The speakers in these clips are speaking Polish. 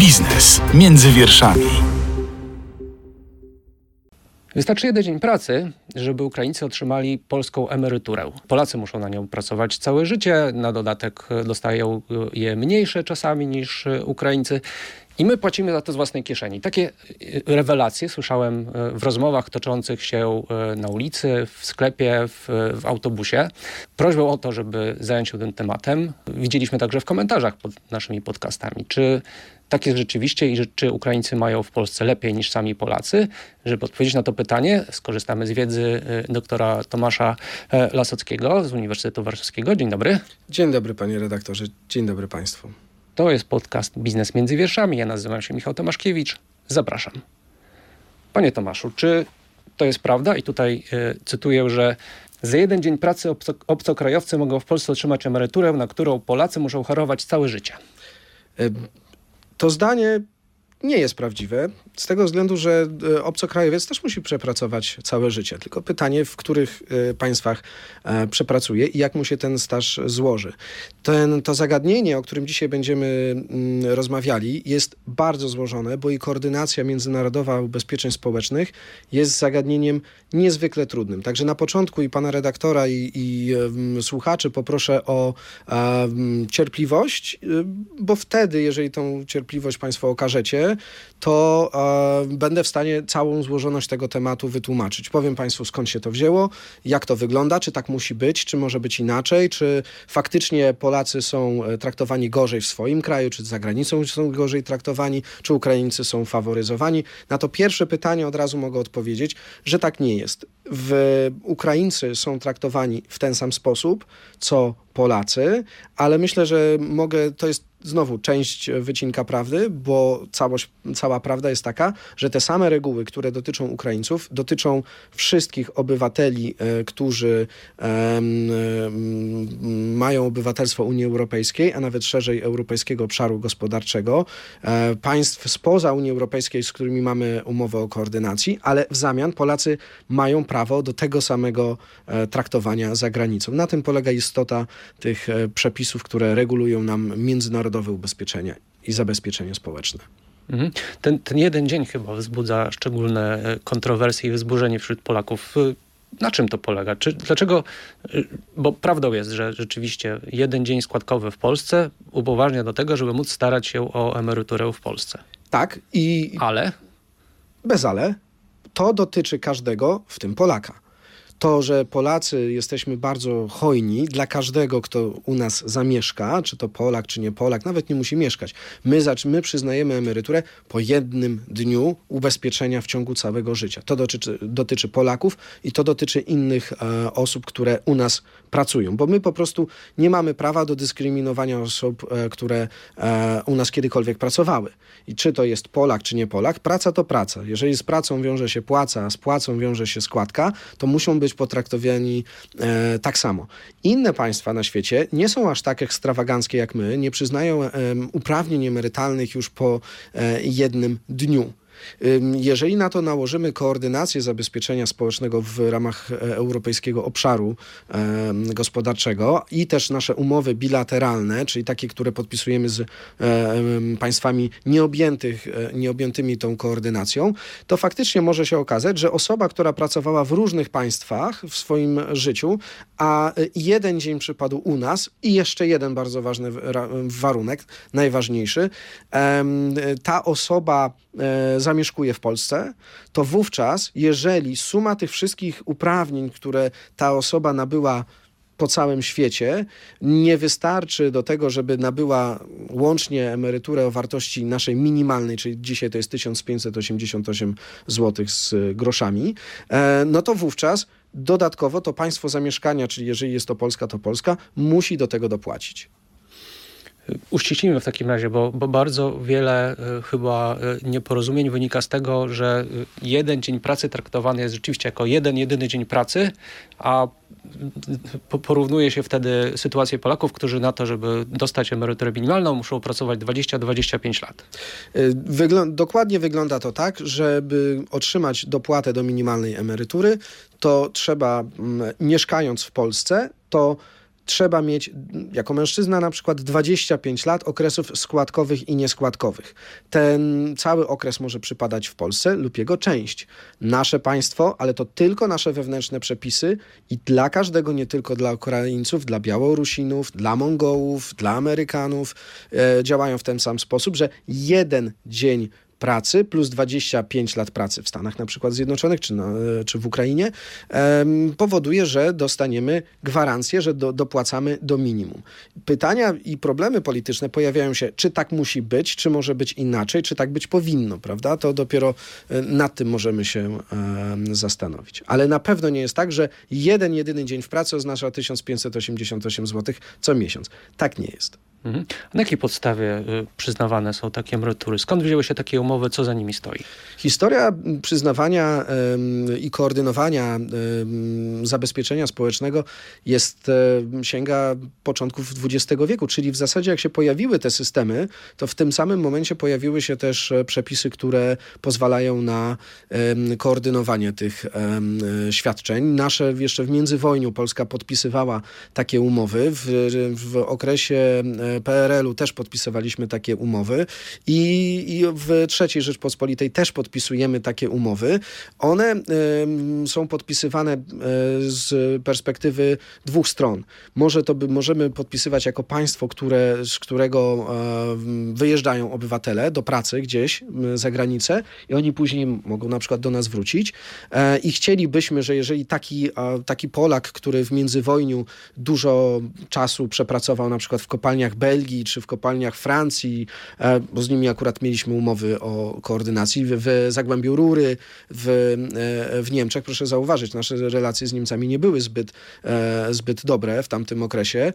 Biznes między wierszami. Wystarczy jeden dzień pracy, żeby Ukraińcy otrzymali polską emeryturę. Polacy muszą na nią pracować całe życie, na dodatek dostają je mniejsze czasami niż Ukraińcy i my płacimy za to z własnej kieszeni. Takie rewelacje słyszałem w rozmowach toczących się na ulicy, w sklepie, w autobusie. Prośbą o to, żeby zająć się tym tematem, widzieliśmy także w komentarzach pod naszymi podcastami. Czy tak jest rzeczywiście i czy Ukraińcy mają w Polsce lepiej niż sami Polacy? Żeby odpowiedzieć na to pytanie, skorzystamy z wiedzy doktora Tomasza Lasockiego z Uniwersytetu Warszawskiego. Dzień dobry. Dzień dobry, panie redaktorze. Dzień dobry państwu. To jest podcast Biznes między wierszami. Ja nazywam się Michał Tomaszkiewicz. Zapraszam. Panie Tomaszu, czy to jest prawda? I tutaj cytuję, że za jeden dzień pracy obcokrajowcy mogą w Polsce otrzymać emeryturę, na którą Polacy muszą chorować całe życie. To zdanie nie jest prawdziwe, z tego względu, że obcokrajowiec też musi przepracować całe życie. Tylko pytanie, w których państwach przepracuje i jak mu się ten staż złoży. To zagadnienie, o którym dzisiaj będziemy rozmawiali, jest bardzo złożone, bo i koordynacja międzynarodowa ubezpieczeń społecznych jest zagadnieniem niezwykle trudnym. Także na początku i pana redaktora i słuchaczy poproszę o cierpliwość, bo wtedy, jeżeli tą cierpliwość państwo okażecie, to będę w stanie całą złożoność tego tematu wytłumaczyć. Powiem państwu, skąd się to wzięło, jak to wygląda, czy tak musi być, czy może być inaczej, czy faktycznie Polacy są traktowani gorzej w swoim kraju, czy za granicą są gorzej traktowani, czy Ukraińcy są faworyzowani. Na to pierwsze pytanie od razu mogę odpowiedzieć, że tak nie jest. Ukraińcy są traktowani w ten sam sposób, co Polacy, ale myślę, że to jest znowu część wycinka prawdy, bo cała prawda jest taka, że te same reguły, które dotyczą Ukraińców, dotyczą wszystkich obywateli, którzy mają obywatelstwo Unii Europejskiej, a nawet szerzej Europejskiego Obszaru Gospodarczego, państw spoza Unii Europejskiej, z którymi mamy umowę o koordynacji, ale w zamian Polacy mają prawo do tego samego traktowania za granicą. Na tym polega istota tych przepisów, które regulują nam międzynarodowe ubezpieczenia i zabezpieczenie społeczne. Ten jeden dzień chyba wzbudza szczególne kontrowersje i wzburzenie wśród Polaków. Na czym to polega? Dlaczego? Bo prawdą jest, że rzeczywiście jeden dzień składkowy w Polsce upoważnia do tego, żeby móc starać się o emeryturę w Polsce. Tak. Ale? Bez ale. To dotyczy każdego, w tym Polaka. To, że Polacy jesteśmy bardzo hojni dla każdego, kto u nas zamieszka, czy to Polak, czy nie Polak, nawet nie musi mieszkać. My przyznajemy emeryturę po jednym dniu ubezpieczenia w ciągu całego życia. To dotyczy Polaków i to dotyczy innych osób, które u nas pracują, bo my po prostu nie mamy prawa do dyskryminowania osób, które u nas kiedykolwiek pracowały. I czy to jest Polak, czy nie Polak, praca to praca. Jeżeli z pracą wiąże się płaca, a z płacą wiąże się składka, to muszą być potraktowani tak samo. Inne państwa na świecie nie są aż tak ekstrawaganckie jak my, nie przyznają uprawnień emerytalnych już po jednym dniu. Jeżeli na to nałożymy koordynację zabezpieczenia społecznego w ramach Europejskiego Obszaru Gospodarczego i też nasze umowy bilateralne, czyli takie, które podpisujemy z państwami nieobjętymi tą koordynacją, to faktycznie może się okazać, że osoba, która pracowała w różnych państwach w swoim życiu, a jeden dzień przypadł u nas i jeszcze jeden bardzo ważny warunek, najważniejszy, ta osoba zamieszkuje w Polsce, to wówczas, jeżeli suma tych wszystkich uprawnień, które ta osoba nabyła po całym świecie, nie wystarczy do tego, żeby nabyła łącznie emeryturę o wartości naszej minimalnej, czyli dzisiaj to jest 1588 zł z groszami, no to wówczas dodatkowo to państwo zamieszkania, czyli jeżeli jest to Polska, musi do tego dopłacić. Uściślimy w takim razie, bo bardzo wiele chyba nieporozumień wynika z tego, że jeden dzień pracy traktowany jest rzeczywiście jako jedyny dzień pracy, a porównuje się wtedy sytuację Polaków, którzy na to, żeby dostać emeryturę minimalną, muszą pracować 20-25 lat. Dokładnie wygląda to tak, żeby otrzymać dopłatę do minimalnej emerytury, to trzeba, mieszkając w Polsce, to trzeba mieć jako mężczyzna na przykład 25 lat okresów składkowych i nieskładkowych. Ten cały okres może przypadać w Polsce lub jego część. Nasze państwo, ale to tylko nasze wewnętrzne przepisy i dla każdego, nie tylko dla Ukraińców, dla Białorusinów, dla Mongołów, dla Amerykanów działają w ten sam sposób, że 1 dzień pracy plus 25 lat pracy w Stanach na przykład Zjednoczonych czy w Ukrainie powoduje, że dostaniemy gwarancję, że dopłacamy do minimum. Pytania i problemy polityczne pojawiają się, czy tak musi być, czy może być inaczej, czy tak być powinno, prawda? To dopiero nad tym możemy się zastanowić. Ale na pewno nie jest tak, że jedyny dzień w pracy oznacza 1588 zł co miesiąc. Tak nie jest. Mhm. Na jakiej podstawie przyznawane są takie emerytury? Skąd wzięły się takie umowy? Co za nimi stoi? Historia przyznawania i koordynowania zabezpieczenia społecznego sięga początków XX wieku, czyli w zasadzie jak się pojawiły te systemy, to w tym samym momencie pojawiły się też przepisy, które pozwalają na koordynowanie tych świadczeń. Jeszcze w międzywojniu Polska podpisywała takie umowy. W okresie PRL-u też podpisywaliśmy takie umowy i w III Rzeczpospolitej też podpisujemy takie umowy. One są podpisywane z perspektywy dwóch stron. Możemy podpisywać jako państwo, z którego wyjeżdżają obywatele do pracy gdzieś za granicę i oni później mogą na przykład do nas wrócić i chcielibyśmy, że jeżeli taki Polak, który w międzywojniu dużo czasu przepracował na przykład w kopalniach Belgii czy w kopalniach Francji, bo z nimi akurat mieliśmy umowy o koordynacji w Zagłębiu Rury, w Niemczech. Proszę zauważyć, nasze relacje z Niemcami nie były zbyt dobre w tamtym okresie,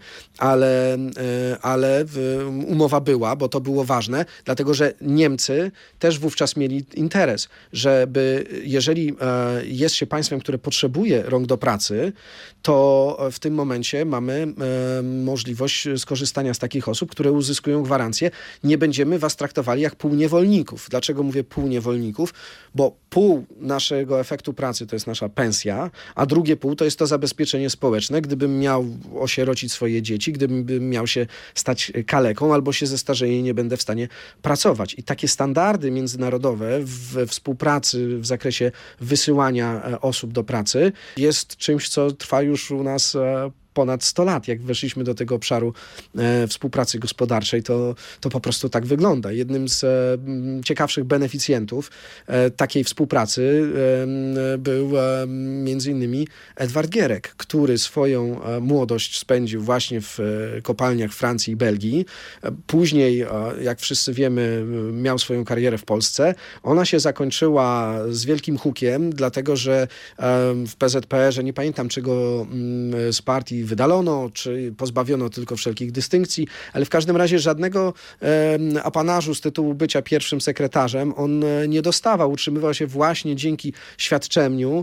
ale umowa była, bo to było ważne, dlatego że Niemcy też wówczas mieli interes, żeby jeżeli jest się państwem, które potrzebuje rąk do pracy, to w tym momencie mamy możliwość skorzystania z takich osób, które uzyskują gwarancję. Nie będziemy was traktowali jak półniewolników. Dlaczego mówię półniewolników? Bo pół naszego efektu pracy to jest nasza pensja, a drugie pół to jest to zabezpieczenie społeczne. Gdybym miał osierocić swoje dzieci, gdybym miał się stać kaleką albo się zestarzeję i nie będę w stanie pracować. I takie standardy międzynarodowe w współpracy w zakresie wysyłania osób do pracy jest czymś, co trwa już u nas ponad 100 lat. Jak weszliśmy do tego obszaru współpracy gospodarczej, to po prostu tak wygląda. Jednym z ciekawszych beneficjentów takiej współpracy był między innymi Edward Gierek, który swoją młodość spędził właśnie w kopalniach Francji i Belgii. Później, jak wszyscy wiemy, miał swoją karierę w Polsce. Ona się zakończyła z wielkim hukiem, dlatego że w PZPR-ze, nie pamiętam czego z partii wydalono, czy pozbawiono tylko wszelkich dystynkcji, ale w każdym razie żadnego apanażu z tytułu bycia pierwszym sekretarzem on nie dostawał. Utrzymywał się właśnie dzięki świadczeniu,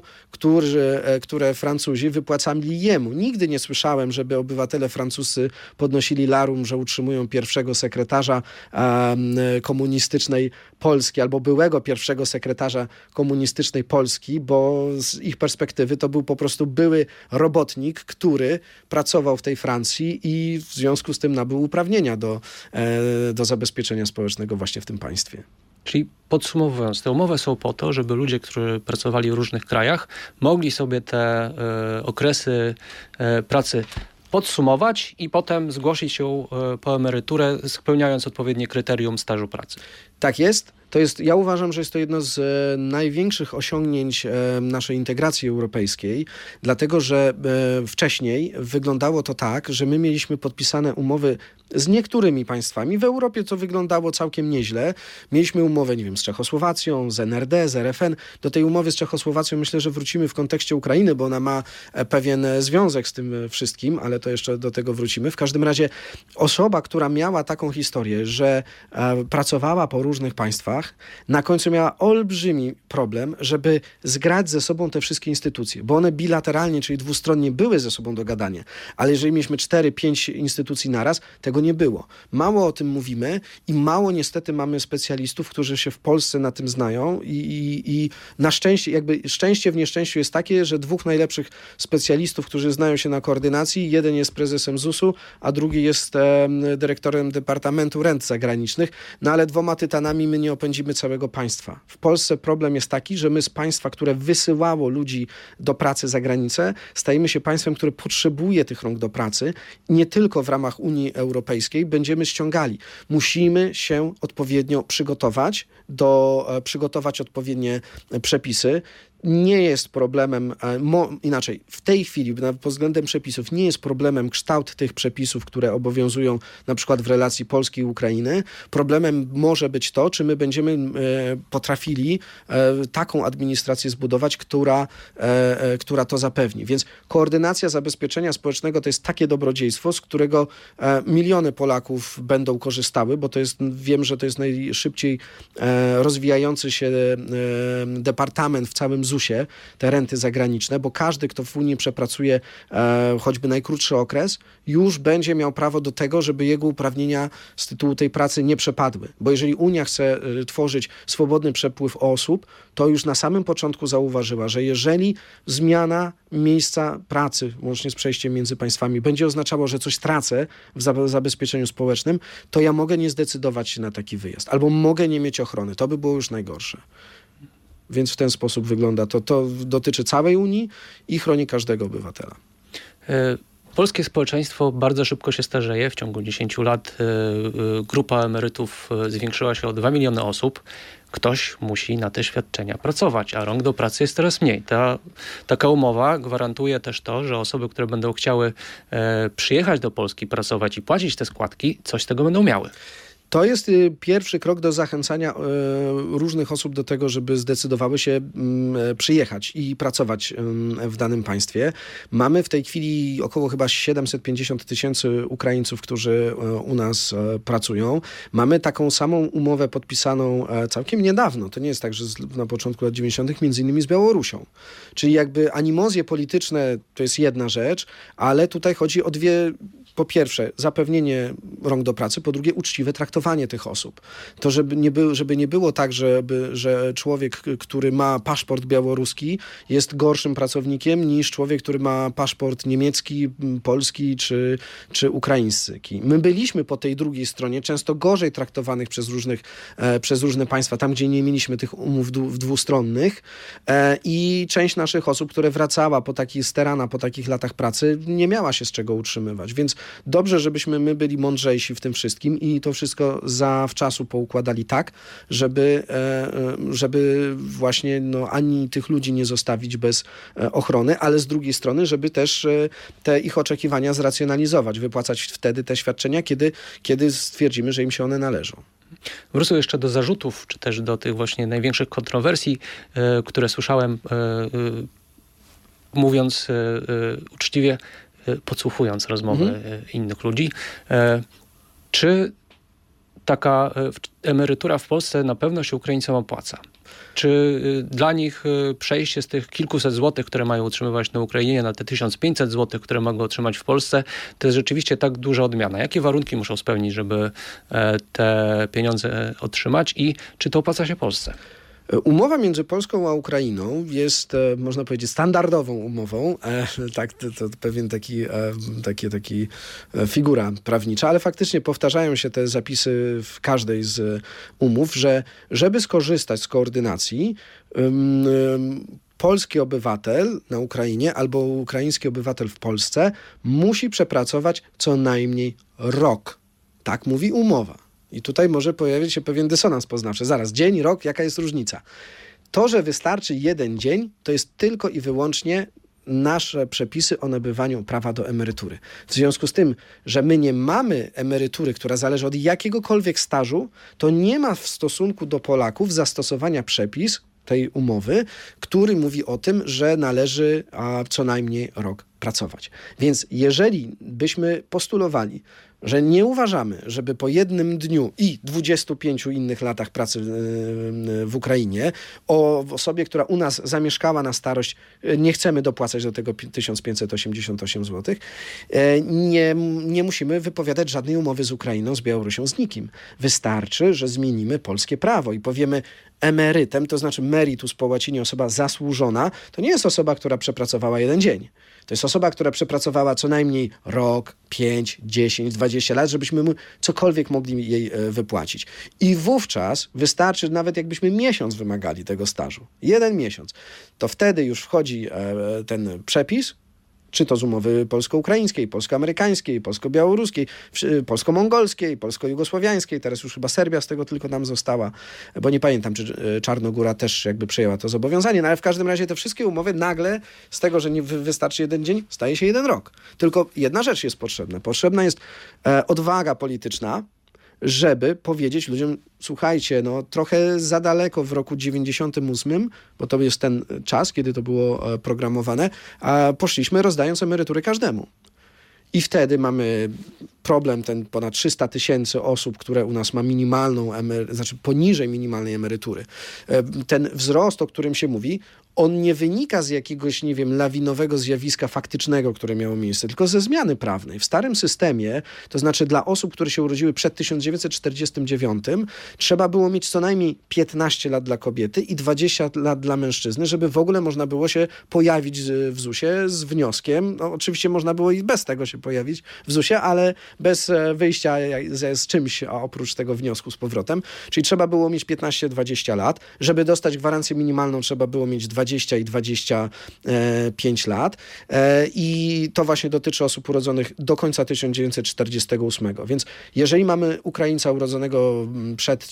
które Francuzi wypłacali jemu. Nigdy nie słyszałem, żeby obywatele francuscy podnosili larum, że utrzymują pierwszego sekretarza komunistycznej Polski albo byłego pierwszego sekretarza komunistycznej Polski, bo z ich perspektywy to był po prostu były robotnik, który pracował w tej Francji i w związku z tym nabył uprawnienia do zabezpieczenia społecznego właśnie w tym państwie. Czyli podsumowując, te umowy są po to, żeby ludzie, którzy pracowali w różnych krajach, mogli sobie te okresy pracy podsumować i potem zgłosić się po emeryturę, spełniając odpowiednie kryterium stażu pracy. Tak jest. Ja uważam, że jest to jedno z największych osiągnięć naszej integracji europejskiej, dlatego że wcześniej wyglądało to tak, że my mieliśmy podpisane umowy z niektórymi państwami. W Europie to wyglądało całkiem nieźle. Mieliśmy umowę, nie wiem, z Czechosłowacją, z NRD, z RFN. Do tej umowy z Czechosłowacją myślę, że wrócimy w kontekście Ukrainy, bo ona ma pewien związek z tym wszystkim, ale to jeszcze do tego wrócimy. W każdym razie osoba, która miała taką historię, że pracowała po różnych państwach, Niemczech, na końcu miała olbrzymi problem, żeby zgrać ze sobą te wszystkie instytucje, bo one bilateralnie, czyli dwustronnie były ze sobą dogadane, ale jeżeli mieliśmy 4-5 instytucji naraz, tego nie było. Mało o tym mówimy i mało niestety mamy specjalistów, którzy się w Polsce na tym znają i na szczęście, jakby szczęście w nieszczęściu jest takie, że dwóch najlepszych specjalistów, którzy znają się na koordynacji, jeden jest prezesem ZUS-u, a drugi jest dyrektorem Departamentu Rent Zagranicznych, no ale dwoma tytanami my nie opędzimy całego państwa. W Polsce problem jest taki, że my z państwa, które wysyłało ludzi do pracy za granicę, stajemy się państwem, które potrzebuje tych rąk do pracy. Nie tylko w ramach Unii Europejskiej będziemy ściągali. Musimy się odpowiednio przygotować odpowiednie przepisy. Nie jest problemem, inaczej, w tej chwili pod względem przepisów nie jest problemem kształt tych przepisów, które obowiązują na przykład w relacji Polski i Ukrainy. Problemem może być to, czy my będziemy potrafili taką administrację zbudować, która to zapewni. Więc koordynacja zabezpieczenia społecznego to jest takie dobrodziejstwo, z którego miliony Polaków będą korzystały, bo wiem, że to jest najszybciej rozwijający się departament w całym ZUS-ie, te renty zagraniczne, bo każdy, kto w Unii przepracuje choćby najkrótszy okres, już będzie miał prawo do tego, żeby jego uprawnienia z tytułu tej pracy nie przepadły. Bo jeżeli Unia chce tworzyć swobodny przepływ osób, to już na samym początku zauważyła, że jeżeli zmiana miejsca pracy, łącznie z przejściem między państwami, będzie oznaczało, że coś tracę w zabezpieczeniu społecznym, to ja mogę nie zdecydować się na taki wyjazd. Albo mogę nie mieć ochrony. To by było już najgorsze. Więc w ten sposób wygląda to. To dotyczy całej Unii i chroni każdego obywatela. Polskie społeczeństwo bardzo szybko się starzeje. W ciągu 10 lat grupa emerytów zwiększyła się o 2 miliony osób. Ktoś musi na te świadczenia pracować, a rąk do pracy jest coraz mniej. Taka umowa gwarantuje też to, że osoby, które będą chciały przyjechać do Polski, pracować i płacić te składki, coś z tego będą miały. To jest pierwszy krok do zachęcania różnych osób do tego, żeby zdecydowały się przyjechać i pracować w danym państwie. Mamy w tej chwili około chyba 750 000 Ukraińców, którzy u nas pracują. Mamy taką samą umowę podpisaną całkiem niedawno. To nie jest tak, że na początku lat 90. między innymi z Białorusią. Czyli jakby animozje polityczne to jest jedna rzecz, ale tutaj chodzi o dwie. Po pierwsze, zapewnienie rąk do pracy, po drugie, uczciwe traktowanie tych osób. To, żeby nie było tak, że człowiek, który ma paszport białoruski, jest gorszym pracownikiem niż człowiek, który ma paszport niemiecki, polski czy ukraiński. My byliśmy po tej drugiej stronie, często gorzej traktowanych przez różne państwa, tam gdzie nie mieliśmy tych umów dwustronnych i część naszych osób, które wracała po takich latach pracy, nie miała się z czego utrzymywać. Więc dobrze, żebyśmy my byli mądrzejsi w tym wszystkim i to wszystko zawczasu poukładali tak, żeby właśnie ani tych ludzi nie zostawić bez ochrony, ale z drugiej strony, żeby też te ich oczekiwania zracjonalizować, wypłacać wtedy te świadczenia, kiedy stwierdzimy, że im się one należą. Wrócę jeszcze do zarzutów, czy też do tych właśnie największych kontrowersji, które słyszałem, mówiąc uczciwie, podsłuchując rozmowy innych ludzi. Czy taka emerytura w Polsce na pewno się Ukraińcom opłaca? Czy dla nich przejście z tych kilkuset złotych, które mają utrzymywać na Ukrainie, na te 1500 złotych, które mogą otrzymać w Polsce, to jest rzeczywiście tak duża odmiana? Jakie warunki muszą spełnić, żeby te pieniądze otrzymać i czy to opłaca się Polsce? Umowa między Polską a Ukrainą jest, można powiedzieć, standardową umową. Tak, to pewien taki figura prawnicza, ale faktycznie powtarzają się te zapisy w każdej z umów, że żeby skorzystać z koordynacji, polski obywatel na Ukrainie albo ukraiński obywatel w Polsce musi przepracować co najmniej rok. Tak mówi umowa. I tutaj może pojawić się pewien dysonans poznawczy. Zaraz, dzień, rok, jaka jest różnica? To, że wystarczy jeden dzień, to jest tylko i wyłącznie nasze przepisy o nabywaniu prawa do emerytury. W związku z tym, że my nie mamy emerytury, która zależy od jakiegokolwiek stażu, to nie ma w stosunku do Polaków zastosowania przepis tej umowy, który mówi o tym, że należy co najmniej rok pracować. Więc jeżeli byśmy postulowali, że nie uważamy, żeby po jednym dniu i 25 innych latach pracy w Ukrainie o osobie, która u nas zamieszkała na starość, nie chcemy dopłacać do tego 1588 zł, nie musimy wypowiadać żadnej umowy z Ukrainą, z Białorusią, z nikim. Wystarczy, że zmienimy polskie prawo i powiemy emerytem, to znaczy meritus po łacinie, osoba zasłużona, to nie jest osoba, która przepracowała jeden dzień. To jest osoba, która przepracowała co najmniej rok, 5, 10, 20 lat, żebyśmy cokolwiek mogli jej wypłacić. I wówczas wystarczy, nawet jakbyśmy miesiąc wymagali tego stażu, 1 miesiąc, to wtedy już wchodzi ten przepis, czy to z umowy polsko-ukraińskiej, polsko-amerykańskiej, polsko-białoruskiej, polsko-mongolskiej, polsko-jugosłowiańskiej, teraz już chyba Serbia z tego tylko nam została, bo nie pamiętam, czy Czarnogóra też jakby przejęła to zobowiązanie, no ale w każdym razie te wszystkie umowy nagle z tego, że nie wystarczy 1 dzień, staje się 1 rok. Tylko jedna rzecz jest potrzebna. Potrzebna jest odwaga polityczna, żeby powiedzieć ludziom, słuchajcie, no trochę za daleko w roku 98, bo to jest ten czas, kiedy to było programowane, a poszliśmy rozdając emerytury każdemu. I wtedy mamy problem, ten ponad 300 000 osób, które u nas ma minimalną, znaczy poniżej minimalnej emerytury. Ten wzrost, o którym się mówi, on nie wynika z jakiegoś, nie wiem, lawinowego zjawiska faktycznego, które miało miejsce, tylko ze zmiany prawnej. W starym systemie, to znaczy dla osób, które się urodziły przed 1949, trzeba było mieć co najmniej 15 lat dla kobiety i 20 lat dla mężczyzny, żeby w ogóle można było się pojawić w ZUS-ie z wnioskiem. No, oczywiście można było i bez tego się pojawić w ZUS-ie, ale bez wyjścia z czymś oprócz tego wniosku z powrotem. Czyli trzeba było mieć 15-20 lat. Żeby dostać gwarancję minimalną, trzeba było mieć 20 i 25 lat. I to właśnie dotyczy osób urodzonych do końca 1948. Więc jeżeli mamy Ukraińca urodzonego przed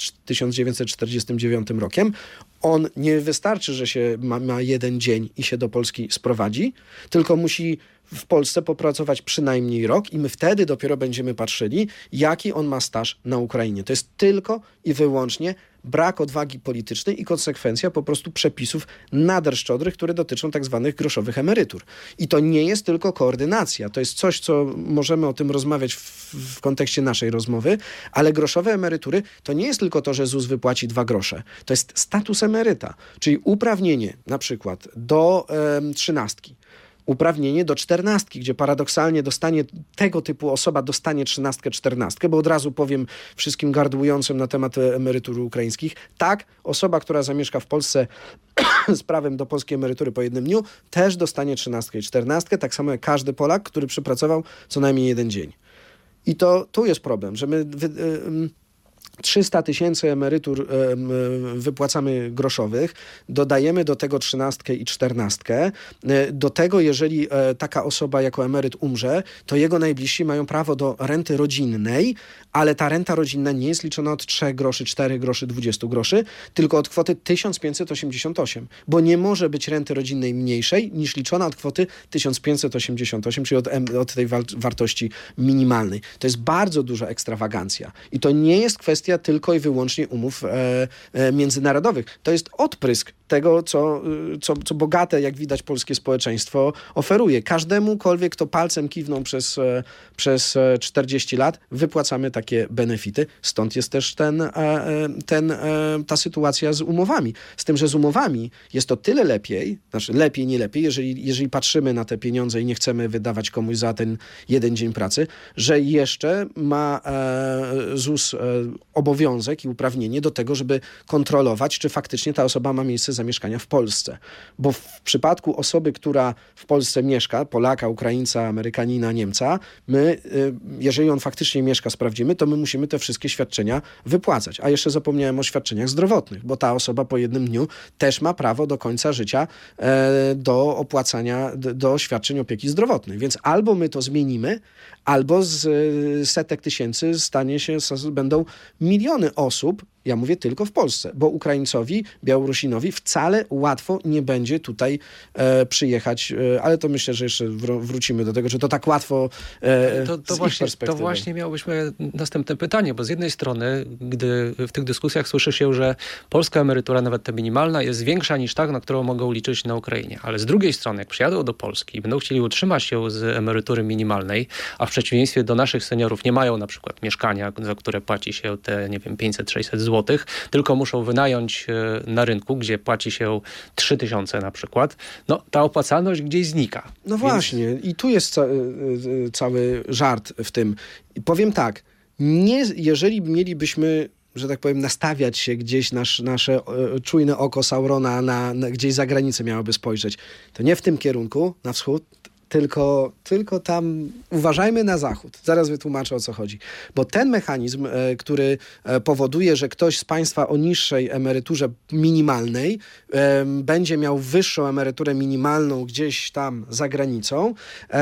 1949 rokiem, on nie wystarczy, że się ma 1 dzień i się do Polski sprowadzi, tylko musi w Polsce popracować przynajmniej rok i my wtedy dopiero będziemy patrzyli, jaki on ma staż na Ukrainie. To jest tylko i wyłącznie brak odwagi politycznej i konsekwencja po prostu przepisów nader szczodrych, które dotyczą tak zwanych groszowych emerytur. I to nie jest tylko koordynacja. To jest coś, co możemy o tym rozmawiać w kontekście naszej rozmowy, ale groszowe emerytury to nie jest tylko to, że ZUS wypłaci 2 grosze. To jest status emeryta, czyli uprawnienie na przykład do 13. Uprawnienie do 14, gdzie paradoksalnie dostanie tego typu osoba dostanie 13, 14, bo od razu powiem wszystkim gardłującym na temat emerytur ukraińskich, tak, osoba, która zamieszka w Polsce z prawem do polskiej emerytury po 1 dniu, też dostanie 13 i 14, tak samo jak każdy Polak, który przepracował co najmniej 1 dzień. I to tu jest problem, że my 300 000 emerytur wypłacamy groszowych, dodajemy do tego 13 i 14. Do tego, jeżeli taka osoba jako emeryt umrze, to jego najbliżsi mają prawo do renty rodzinnej, ale ta renta rodzinna nie jest liczona od 3 groszy, 4 groszy, 20 groszy, tylko od kwoty 1588, bo nie może być renty rodzinnej mniejszej niż liczona od kwoty 1588, czyli od tej wartości minimalnej. To jest bardzo duża ekstrawagancja i to nie jest kwestia tylko i wyłącznie umów międzynarodowych. To jest odprysk tego, co bogate, jak widać, polskie społeczeństwo oferuje. Każdemukolwiek, kto palcem kiwnął przez 40 lat, wypłacamy takie benefity. Stąd jest też ta sytuacja z umowami. Z tym, że z umowami jest to tyle lepiej, znaczy lepiej, nie lepiej, jeżeli patrzymy na te pieniądze i nie chcemy wydawać komuś za ten 1 dzień pracy, że jeszcze ma ZUS obowiązek i uprawnienie do tego, żeby kontrolować, czy faktycznie ta osoba ma miejsce zamieszkania w Polsce. Bo w przypadku osoby, która w Polsce mieszka, Polaka, Ukraińca, Amerykanina, Niemca, my, jeżeli on faktycznie mieszka, sprawdzimy, to my musimy te wszystkie świadczenia wypłacać. A jeszcze zapomniałem o świadczeniach zdrowotnych, bo ta osoba po 1 dniu też ma prawo do końca życia do opłacania, do świadczeń opieki zdrowotnej. Więc albo my to zmienimy, albo z setek tysięcy będą miliony osób Ja mówię tylko w Polsce, bo Ukraińcowi, Białorusinowi wcale łatwo nie będzie tutaj przyjechać, ale to myślę, że jeszcze wrócimy do tego, że to tak łatwo To właśnie miało być moje następne pytanie, bo z jednej strony, gdy w tych dyskusjach słyszy się, że polska emerytura, nawet ta minimalna, jest większa niż ta, na którą mogą liczyć na Ukrainie, ale z drugiej strony, jak przyjadą do Polski i będą chcieli utrzymać się z emerytury minimalnej, a w przeciwieństwie do naszych seniorów nie mają na przykład mieszkania, za które płaci się te, 500-600 zł, tylko muszą wynająć na rynku, gdzie płaci się 3000 na przykład, no ta opłacalność gdzieś znika. No właśnie, i tu jest cały żart w tym. I powiem tak, jeżeli mielibyśmy, że tak powiem, nastawiać się gdzieś, nasze czujne oko Saurona gdzieś za granicę miałoby spojrzeć, to nie w tym kierunku, na wschód, tylko tam uważajmy na zachód. Zaraz wytłumaczę, o co chodzi. Bo ten mechanizm, który powoduje, że ktoś z państwa o niższej emeryturze minimalnej będzie miał wyższą emeryturę minimalną gdzieś tam za granicą,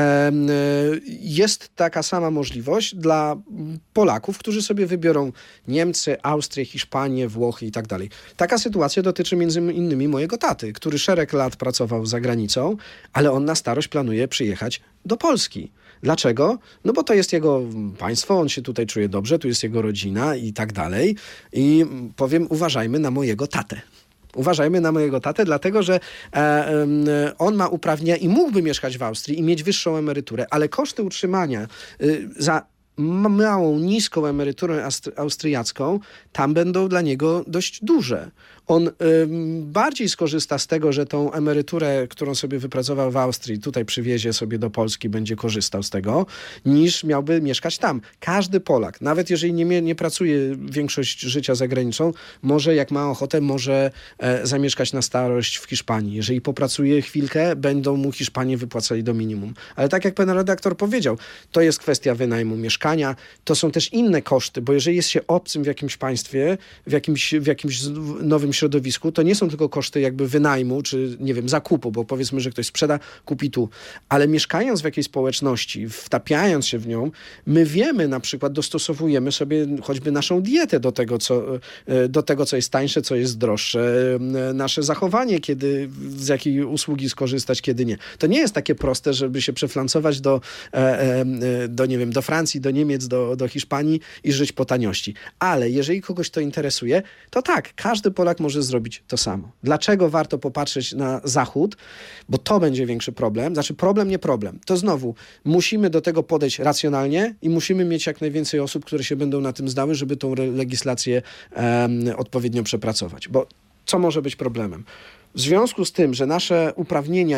jest taka sama możliwość dla Polaków, którzy sobie wybiorą Niemcy, Austrię, Hiszpanię, Włochy i tak dalej. Taka sytuacja dotyczy między innymi mojego taty, który szereg lat pracował za granicą, ale on na starość planuje przyjechać do Polski. Dlaczego? No bo to jest jego państwo, on się tutaj czuje dobrze, tu jest jego rodzina i tak dalej. I powiem, uważajmy na mojego tatę. Uważajmy na mojego tatę, dlatego że on ma uprawnienia i mógłby mieszkać w Austrii i mieć wyższą emeryturę, ale koszty utrzymania za małą, niską emeryturę austriacką, tam będą dla niego dość duże. On bardziej skorzysta z tego, że tą emeryturę, którą sobie wypracował w Austrii, tutaj przywiezie sobie do Polski, będzie korzystał z tego, niż miałby mieszkać tam. Każdy Polak, nawet jeżeli nie pracuje większość życia za granicą, może, jak ma ochotę, może zamieszkać na starość w Hiszpanii. Jeżeli popracuje chwilkę, będą mu Hiszpanie wypłacali do minimum. Ale tak jak pan redaktor powiedział, to jest kwestia wynajmu mieszkania, to są też inne koszty, bo jeżeli jest się obcym w jakimś państwie, w jakimś nowym środowisku, to nie są tylko koszty jakby wynajmu, czy nie wiem, zakupu, bo powiedzmy, że ktoś sprzeda, kupi tu, ale mieszkając w jakiejś społeczności, wtapiając się w nią, my wiemy, na przykład dostosowujemy sobie choćby naszą dietę do tego, co jest tańsze, co jest droższe, nasze zachowanie, kiedy z jakiej usługi skorzystać, kiedy nie. To nie jest takie proste, żeby się przeflancować nie wiem, do Francji, do Niemiec, do Hiszpanii i żyć po taniości. Ale jeżeli kogoś to interesuje, to tak, każdy Polak może zrobić to samo. Dlaczego warto popatrzeć na Zachód? Bo to będzie większy problem. Znaczy problem, nie problem. To znowu musimy do tego podejść racjonalnie i musimy mieć jak najwięcej osób, które się będą na tym znały, żeby tą legislację odpowiednio przepracować. Bo co może być problemem? W związku z tym, że nasze uprawnienia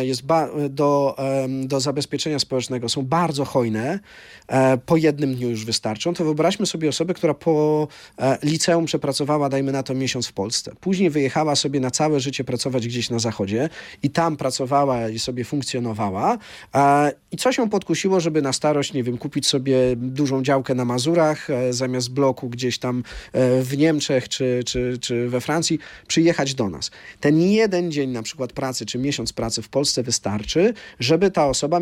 do zabezpieczenia społecznego są bardzo hojne, po jednym dniu już wystarczą, to wyobraźmy sobie osobę, która po liceum przepracowała, dajmy na to, miesiąc w Polsce. Później wyjechała sobie na całe życie pracować gdzieś na zachodzie i tam pracowała i sobie funkcjonowała. I co się podkusiło, żeby na starość, nie wiem, kupić sobie dużą działkę na Mazurach, zamiast bloku gdzieś tam w Niemczech czy we Francji, przyjechać do nas. Ten jeden dzień na przykład pracy, czy miesiąc pracy w Polsce wystarczy, żeby ta osoba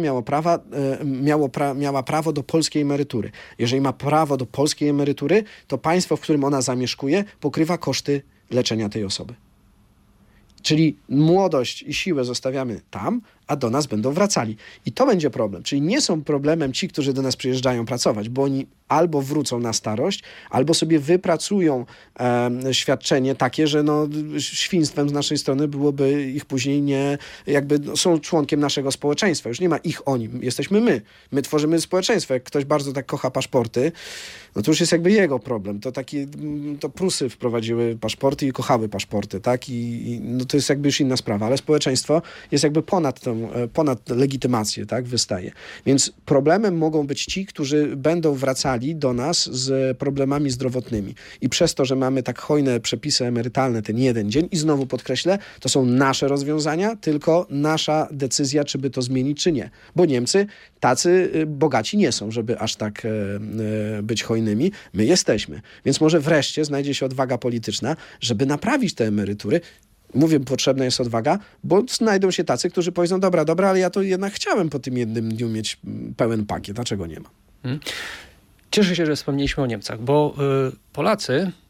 miała prawo do polskiej emerytury. Jeżeli ma prawo do polskiej emerytury, to państwo, w którym ona zamieszkuje, pokrywa koszty leczenia tej osoby. Czyli młodość i siłę zostawiamy tam, a do nas będą wracali. I to będzie problem. Czyli nie są problemem ci, którzy do nas przyjeżdżają pracować, bo oni albo wrócą na starość, albo sobie wypracują świadczenie takie, że świństwem z naszej strony byłoby ich później są członkiem naszego społeczeństwa. Już nie ma ich, oni. Jesteśmy my. My tworzymy społeczeństwo. Jak ktoś bardzo tak kocha paszporty, no to już jest jakby jego problem. To Prusy wprowadziły paszporty i kochały paszporty, tak? I to jest jakby już inna sprawa. Ale społeczeństwo jest jakby ponad legitymację, tak? Wystaje. Więc problemem mogą być ci, którzy będą wracali do nas z problemami zdrowotnymi. I przez to, że mamy tak hojne przepisy emerytalne ten jeden dzień, i znowu podkreślę, to są nasze rozwiązania, tylko nasza decyzja, czy by to zmienić, czy nie. Bo Niemcy tacy bogaci nie są, żeby aż tak być hojnymi. My jesteśmy. Więc może wreszcie znajdzie się odwaga polityczna, żeby naprawić te emerytury. Mówię, potrzebna jest odwaga, bo znajdą się tacy, którzy powiedzą, dobra, ale ja to jednak chciałem po tym jednym dniu mieć pełen pakiet, a czego nie ma. Cieszę się, że wspomnieliśmy o Niemcach, bo Polacy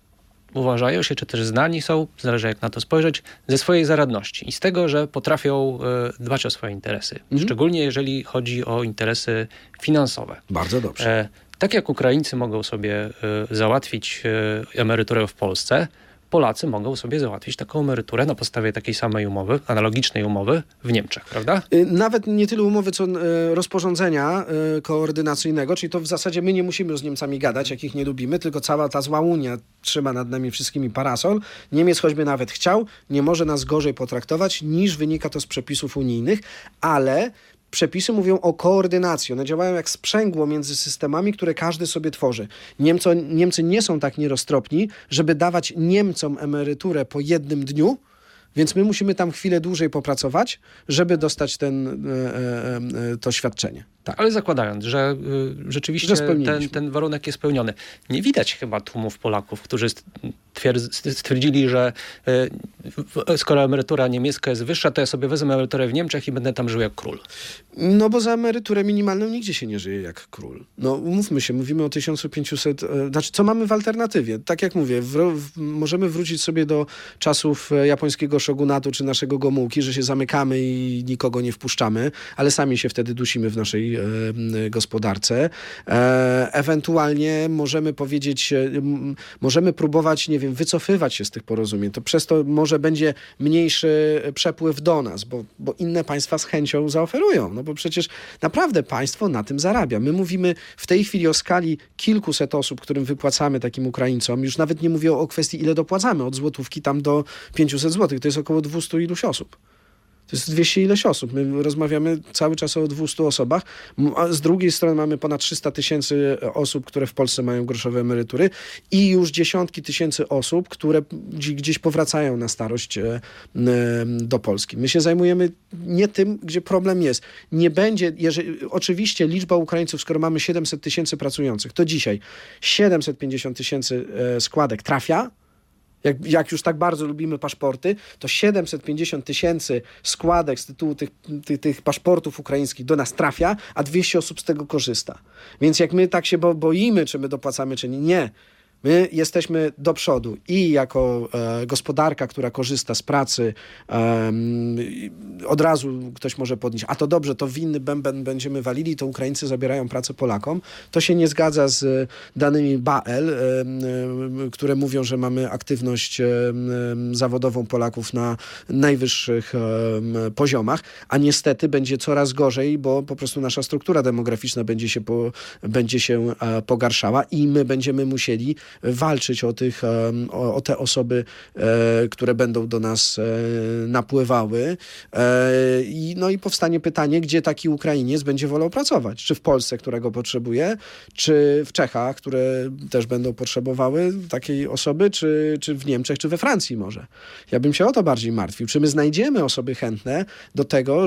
uważają się, czy też znani są, zależy jak na to spojrzeć, ze swojej zaradności i z tego, że potrafią dbać o swoje interesy. Szczególnie jeżeli chodzi o interesy finansowe. Bardzo dobrze. Tak jak Ukraińcy mogą sobie załatwić emeryturę w Polsce, Polacy mogą sobie załatwić taką emeryturę na podstawie takiej samej umowy, analogicznej umowy w Niemczech, prawda? Nawet nie tyle umowy, co rozporządzenia koordynacyjnego, czyli to w zasadzie my nie musimy z Niemcami gadać, jak ich nie lubimy, tylko cała ta zła Unia trzyma nad nami wszystkimi parasol. Niemiec choćby nawet chciał, nie może nas gorzej potraktować, niż wynika to z przepisów unijnych, ale przepisy mówią o koordynacji. One działają jak sprzęgło między systemami, które każdy sobie tworzy. Niemcy nie są tak nieroztropni, żeby dawać Niemcom emeryturę po jednym dniu, więc my musimy tam chwilę dłużej popracować, żeby dostać to świadczenie. Tak. Ale zakładając, że rzeczywiście ten warunek jest spełniony. Nie widać chyba tłumów Polaków, którzy stwierdzili, że skoro emerytura niemiecka jest wyższa, to ja sobie wezmę emeryturę w Niemczech i będę tam żył jak król. No bo za emeryturę minimalną nigdzie się nie żyje jak król. No umówmy się, mówimy o 1500... Znaczy, co mamy w alternatywie? Tak jak mówię, możemy wrócić sobie do czasów japońskiego szogunatu czy naszego Gomułki, że się zamykamy i nikogo nie wpuszczamy, ale sami się wtedy dusimy w naszej gospodarce. Ewentualnie możemy powiedzieć, możemy próbować, nie wiem, wycofywać się z tych porozumień. To przez to może będzie mniejszy przepływ do nas, bo inne państwa z chęcią zaoferują. No bo przecież naprawdę państwo na tym zarabia. My mówimy w tej chwili o skali kilkuset osób, którym wypłacamy takim Ukraińcom. Już nawet nie mówię o kwestii, ile dopłacamy. Od złotówki tam do 500 złotych. To jest około 200 iluś osób. To jest 200 ileś osób. My rozmawiamy cały czas o 200 osobach. A z drugiej strony mamy ponad 300 000 osób, które w Polsce mają groszowe emerytury i już dziesiątki tysięcy osób, które gdzieś powracają na starość do Polski. My się zajmujemy nie tym, gdzie problem jest. Nie będzie, oczywiście liczba Ukraińców, skoro mamy 700 000 pracujących, to dzisiaj 750 000 składek trafia. Jak już tak bardzo lubimy paszporty, to 750 000 składek z tytułu tych paszportów ukraińskich do nas trafia, a 200 osób z tego korzysta. Więc jak my tak się boimy, czy my dopłacamy, czy nie. My jesteśmy do przodu i jako gospodarka, która korzysta z pracy, od razu ktoś może podnieść, a to dobrze, to winny bęben będziemy walili, to Ukraińcy zabierają pracę Polakom. To się nie zgadza z danymi BAEL, które mówią, że mamy aktywność zawodową Polaków na najwyższych poziomach, a niestety będzie coraz gorzej, bo po prostu nasza struktura demograficzna będzie się pogarszała i my będziemy musieli walczyć o te osoby, które będą do nas napływały. No i powstanie pytanie, gdzie taki Ukrainiec będzie wolał pracować? Czy w Polsce, którego potrzebuje, czy w Czechach, które też będą potrzebowały takiej osoby, czy w Niemczech, czy we Francji może? Ja bym się o to bardziej martwił. Czy my znajdziemy osoby chętne do tego,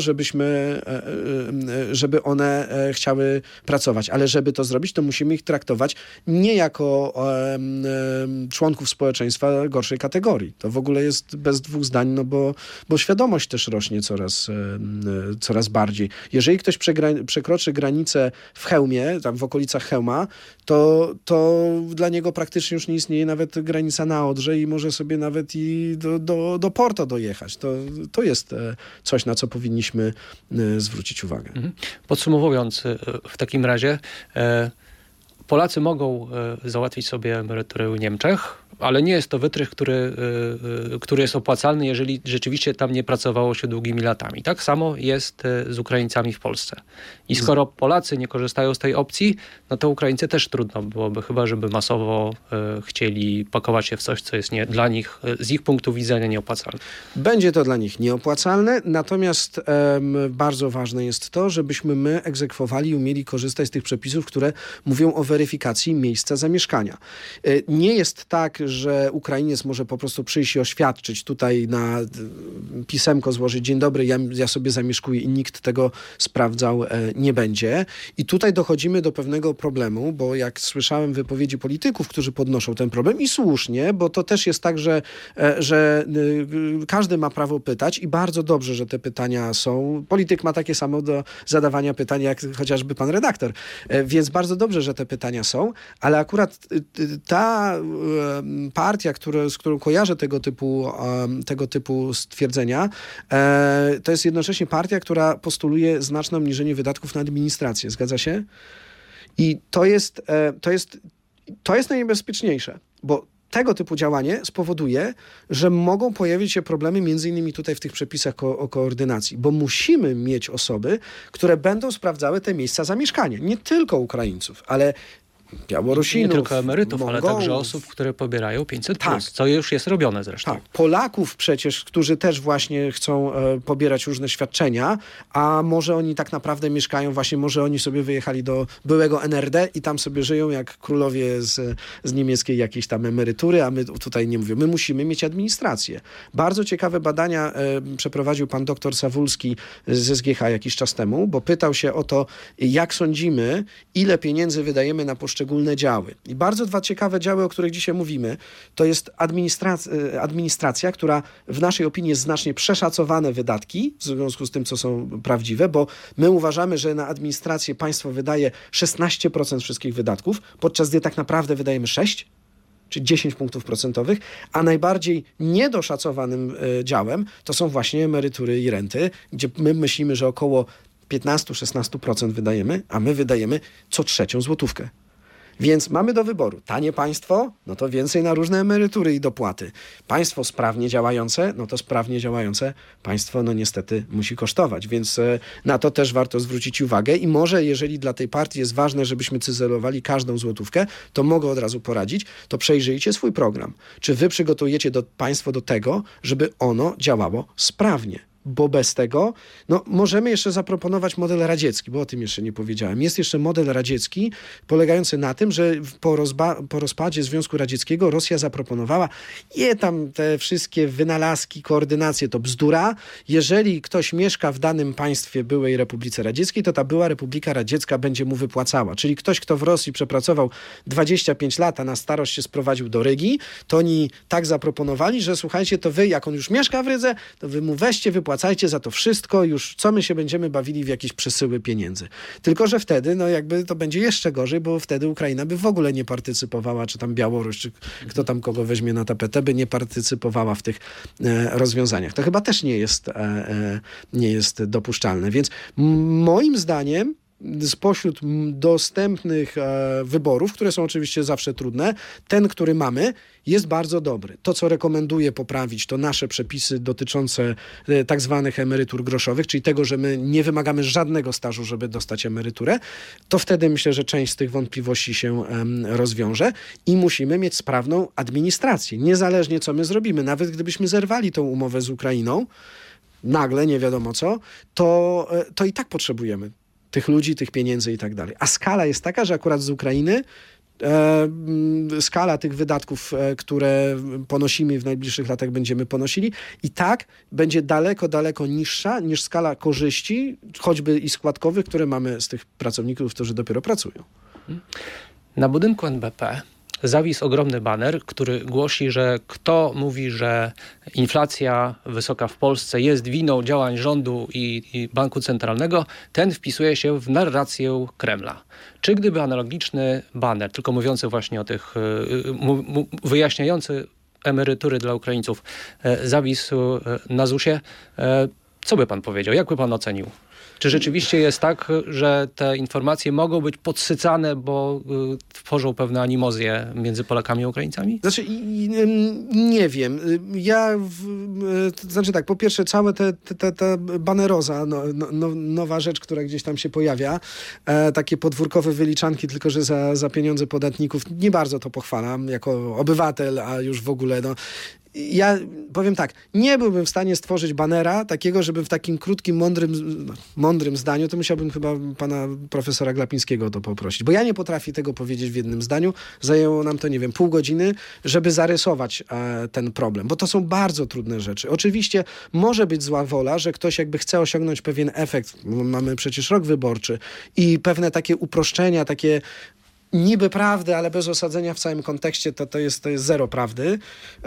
żeby one chciały pracować? Ale żeby to zrobić, to musimy ich traktować nie jako członków społeczeństwa gorszej kategorii. To w ogóle jest bez dwóch zdań, no bo świadomość też rośnie coraz bardziej. Jeżeli ktoś przekroczy granicę w Chełmie, tam w okolicach Chełma, to dla niego praktycznie już nie istnieje nawet granica na Odrze i może sobie nawet i do Porto dojechać. To jest coś, na co powinniśmy zwrócić uwagę. Podsumowując w takim razie, Polacy mogą załatwić sobie emeryturę w Niemczech, ale nie jest to wytrych, który jest opłacalny, jeżeli rzeczywiście tam nie pracowało się długimi latami. Tak samo jest z Ukraińcami w Polsce. I skoro Polacy nie korzystają z tej opcji, no to Ukraińcy też trudno byłoby, chyba żeby masowo chcieli pakować się w coś, co jest dla nich, z ich punktu widzenia nieopłacalne. Będzie to dla nich nieopłacalne, natomiast bardzo ważne jest to, żebyśmy my egzekwowali i umieli korzystać z tych przepisów, które mówią o weryfikacji miejsca zamieszkania. Nie jest tak, że Ukrainiec może po prostu przyjść i oświadczyć tutaj na pisemko złożyć: dzień dobry, ja sobie zamieszkuję, i nikt tego sprawdzał nie będzie. I tutaj dochodzimy do pewnego problemu, bo jak słyszałem wypowiedzi polityków, którzy podnoszą ten problem, i słusznie, bo to też jest tak, że każdy ma prawo pytać i bardzo dobrze, że te pytania są. Polityk ma takie samo do zadawania pytań, jak chociażby pan redaktor. Więc bardzo dobrze, że te pytania są, ale akurat partia, z którą kojarzę tego typu stwierdzenia, to jest jednocześnie partia, która postuluje znaczne obniżenie wydatków na administrację. Zgadza się? I to jest najniebezpieczniejsze, bo tego typu działanie spowoduje, że mogą pojawić się problemy między innymi tutaj w tych przepisach o koordynacji, bo musimy mieć osoby, które będą sprawdzały te miejsca zamieszkania. Nie tylko Ukraińców, ale Białorusinów, nie tylko emerytów, Mongołów, ale także osób, które pobierają 500+, co już jest robione zresztą. Tak, Polaków przecież, którzy też właśnie chcą pobierać różne świadczenia, a może oni tak naprawdę mieszkają właśnie, może oni sobie wyjechali do byłego NRD i tam sobie żyją jak królowie z niemieckiej jakiejś tam emerytury, a my tutaj nie mówimy. My musimy mieć administrację. Bardzo ciekawe badania przeprowadził pan doktor Sawulski z SGH jakiś czas temu, bo pytał się o to, jak sądzimy, ile pieniędzy wydajemy na poszczególne działy. I bardzo dwa ciekawe działy, o których dzisiaj mówimy, to jest administracja, która w naszej opinii jest znacznie przeszacowane wydatki, w związku z tym, co są prawdziwe, bo my uważamy, że na administrację państwo wydaje 16% wszystkich wydatków, podczas gdy tak naprawdę wydajemy 6%, czy 10 punktów procentowych, a najbardziej niedoszacowanym działem to są właśnie emerytury i renty, gdzie my myślimy, że około 15-16% wydajemy, a my wydajemy co trzecią złotówkę. Więc mamy do wyboru tanie państwo, no to więcej na różne emerytury i dopłaty. Państwo sprawnie działające, no to sprawnie działające państwo no niestety musi kosztować, więc na to też warto zwrócić uwagę i może jeżeli dla tej partii jest ważne, żebyśmy cyzelowali każdą złotówkę, to mogę od razu poradzić, to przejrzyjcie swój program. Czy wy przygotujecie państwo do tego, żeby ono działało sprawnie? Bo bez tego, no możemy jeszcze zaproponować model radziecki, bo o tym jeszcze nie powiedziałem. Jest jeszcze model radziecki polegający na tym, że po rozpadzie Związku Radzieckiego Rosja zaproponowała tam te wszystkie wynalazki, koordynacje to bzdura. Jeżeli ktoś mieszka w danym państwie byłej Republice Radzieckiej, to ta była Republika Radziecka będzie mu wypłacała. Czyli ktoś, kto w Rosji przepracował 25 lat, a na starość się sprowadził do Rygi, to oni tak zaproponowali, że słuchajcie, to wy, jak on już mieszka w Rydze, to wy mu weźcie, wypłacajcie za to wszystko, już co my się będziemy bawili w jakieś przesyły pieniędzy. Tylko że wtedy, no jakby to będzie jeszcze gorzej, bo wtedy Ukraina by w ogóle nie partycypowała, czy tam Białoruś, czy kto tam kogo weźmie na tapetę, by nie partycypowała w tych rozwiązaniach. To chyba też nie jest dopuszczalne. Więc moim zdaniem spośród dostępnych wyborów, które są oczywiście zawsze trudne, ten, który mamy, jest bardzo dobry. To, co rekomenduję poprawić, to nasze przepisy dotyczące tak zwanych emerytur groszowych, czyli tego, że my nie wymagamy żadnego stażu, żeby dostać emeryturę, to wtedy myślę, że część z tych wątpliwości się rozwiąże i musimy mieć sprawną administrację. Niezależnie co my zrobimy, nawet gdybyśmy zerwali tą umowę z Ukrainą, nagle, nie wiadomo co, to i tak potrzebujemy tych ludzi, tych pieniędzy i tak dalej. A skala jest taka, że akurat z Ukrainy skala tych wydatków, które ponosimy i w najbliższych latach będziemy ponosili, i tak będzie daleko, daleko niższa niż skala korzyści, choćby i składkowych, które mamy z tych pracowników, którzy dopiero pracują. Na budynku NBP zawisł ogromny baner, który głosi, że kto mówi, że inflacja wysoka w Polsce jest winą działań rządu i banku centralnego, ten wpisuje się w narrację Kremla. Czy gdyby analogiczny baner, tylko mówiący właśnie o tych, wyjaśniający emerytury dla Ukraińców, zawisł na ZUS-ie, co by pan powiedział? Jak by pan ocenił? Czy rzeczywiście jest tak, że te informacje mogą być podsycane, bo tworzą pewne animozje między Polakami a Ukraińcami? Znaczy, nie wiem. Znaczy tak, po pierwsze całe ta baneroza, nowa rzecz, która gdzieś tam się pojawia, takie podwórkowe wyliczanki, tylko że za pieniądze podatników, nie bardzo to pochwalam jako obywatel, a już w ogóle ja powiem tak, nie byłbym w stanie stworzyć banera takiego, żeby w takim krótkim, mądrym zdaniu, to musiałbym chyba pana profesora Glapińskiego o to poprosić, bo ja nie potrafię tego powiedzieć w jednym zdaniu. Zajęło nam to, nie wiem, pół godziny, żeby zarysować ten problem, bo to są bardzo trudne rzeczy. Oczywiście może być zła wola, że ktoś jakby chce osiągnąć pewien efekt, mamy przecież rok wyborczy i pewne takie uproszczenia, takie niby prawdy, ale bez osadzenia w całym kontekście to jest zero prawdy.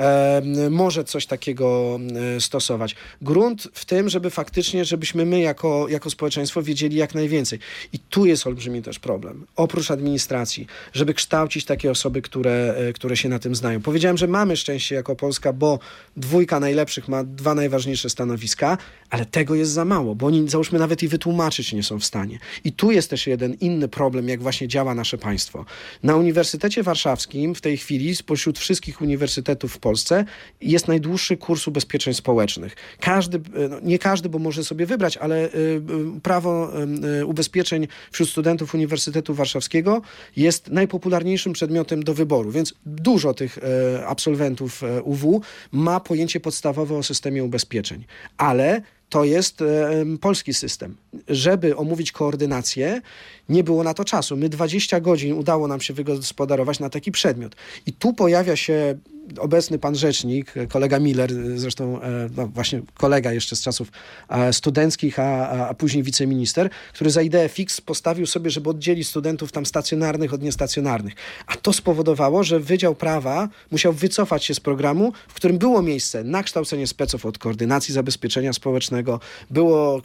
Może coś takiego stosować. Grunt w tym, żeby faktycznie, żebyśmy my jako społeczeństwo wiedzieli jak najwięcej. I tu jest olbrzymi też problem. Oprócz administracji, żeby kształcić takie osoby, które się na tym znają. Powiedziałem, że mamy szczęście jako Polska, bo 2 najlepszych ma 2 najważniejsze stanowiska, ale tego jest za mało, bo oni, załóżmy, nawet i wytłumaczyć nie są w stanie. I tu jest też jeden inny problem, jak właśnie działa nasze państwo. Na Uniwersytecie Warszawskim w tej chwili spośród wszystkich uniwersytetów w Polsce jest najdłuższy kurs ubezpieczeń społecznych. Nie każdy, bo może sobie wybrać, ale prawo ubezpieczeń wśród studentów Uniwersytetu Warszawskiego jest najpopularniejszym przedmiotem do wyboru, więc dużo tych absolwentów UW ma pojęcie podstawowe o systemie ubezpieczeń, ale to jest polski system. Żeby omówić koordynację, nie było na to czasu. My 20 godzin udało nam się wygospodarować na taki przedmiot. I tu pojawia się obecny pan rzecznik, kolega Miller, zresztą właśnie kolega jeszcze z czasów studenckich, a później wiceminister, który za ideę fix postawił sobie, żeby oddzielić studentów tam stacjonarnych od niestacjonarnych. A to spowodowało, że Wydział Prawa musiał wycofać się z programu, w którym było miejsce na kształcenie speców od koordynacji zabezpieczenia społecznego, było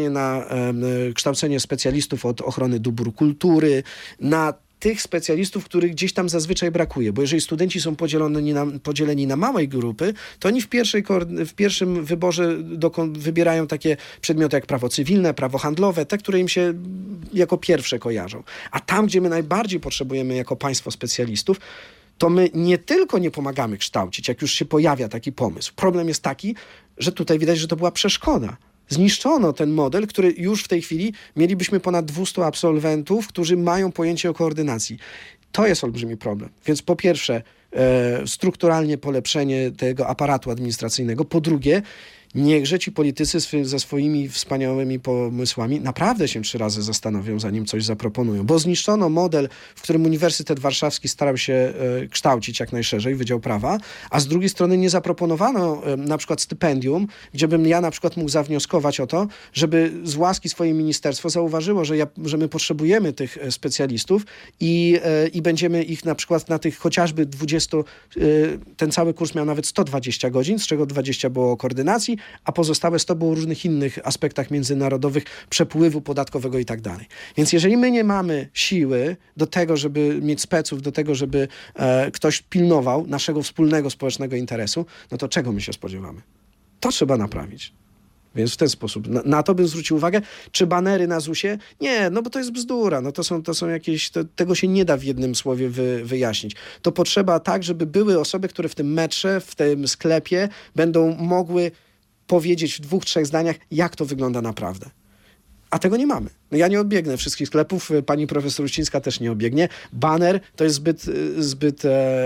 kształcenie specjalistów od ochrony dóbr kultury, na tych specjalistów, których gdzieś tam zazwyczaj brakuje, bo jeżeli studenci są podzieleni na małe grupy, to oni w pierwszym wyborze wybierają takie przedmioty jak prawo cywilne, prawo handlowe, te, które im się jako pierwsze kojarzą. A tam, gdzie my najbardziej potrzebujemy jako państwo specjalistów, to my nie tylko nie pomagamy kształcić, jak już się pojawia taki pomysł. Problem jest taki, że tutaj widać, że to była przeszkoda. Zniszczono ten model, który już w tej chwili mielibyśmy ponad 200 absolwentów, którzy mają pojęcie o koordynacji. To jest olbrzymi problem. Więc po pierwsze, strukturalnie polepszenie tego aparatu administracyjnego. Po drugie, niechże ci politycy ze swoimi wspaniałymi pomysłami naprawdę się 3 razy zastanowią, zanim coś zaproponują. Bo zniszczono model, w którym Uniwersytet Warszawski starał się kształcić jak najszerzej, Wydział Prawa, a z drugiej strony nie zaproponowano na przykład stypendium, gdzie bym ja na przykład mógł zawnioskować o to, żeby z łaski swoje ministerstwo zauważyło, że my potrzebujemy tych specjalistów i będziemy ich na przykład na tych chociażby 20, ten cały kurs miał nawet 120 godzin, z czego 20 było o koordynacji, a pozostałe 100 było o różnych innych aspektach międzynarodowych, przepływu podatkowego i tak dalej. Więc jeżeli my nie mamy siły do tego, żeby mieć speców, do tego, żeby ktoś pilnował naszego wspólnego społecznego interesu, no to czego my się spodziewamy? To trzeba naprawić. Więc w ten sposób. Na to bym zwrócił uwagę. Czy banery na ZUS-ie? Nie, no bo to jest bzdura. No to są jakieś... tego się nie da w jednym słowie wyjaśnić. To potrzeba tak, żeby były osoby, które w tym metrze, w tym sklepie będą mogły powiedzieć w 2-3 zdaniach, jak to wygląda naprawdę. A tego nie mamy. No ja nie odbiegnę wszystkich sklepów, pani profesor Uścińska też nie obiegnie. Baner to jest zbyt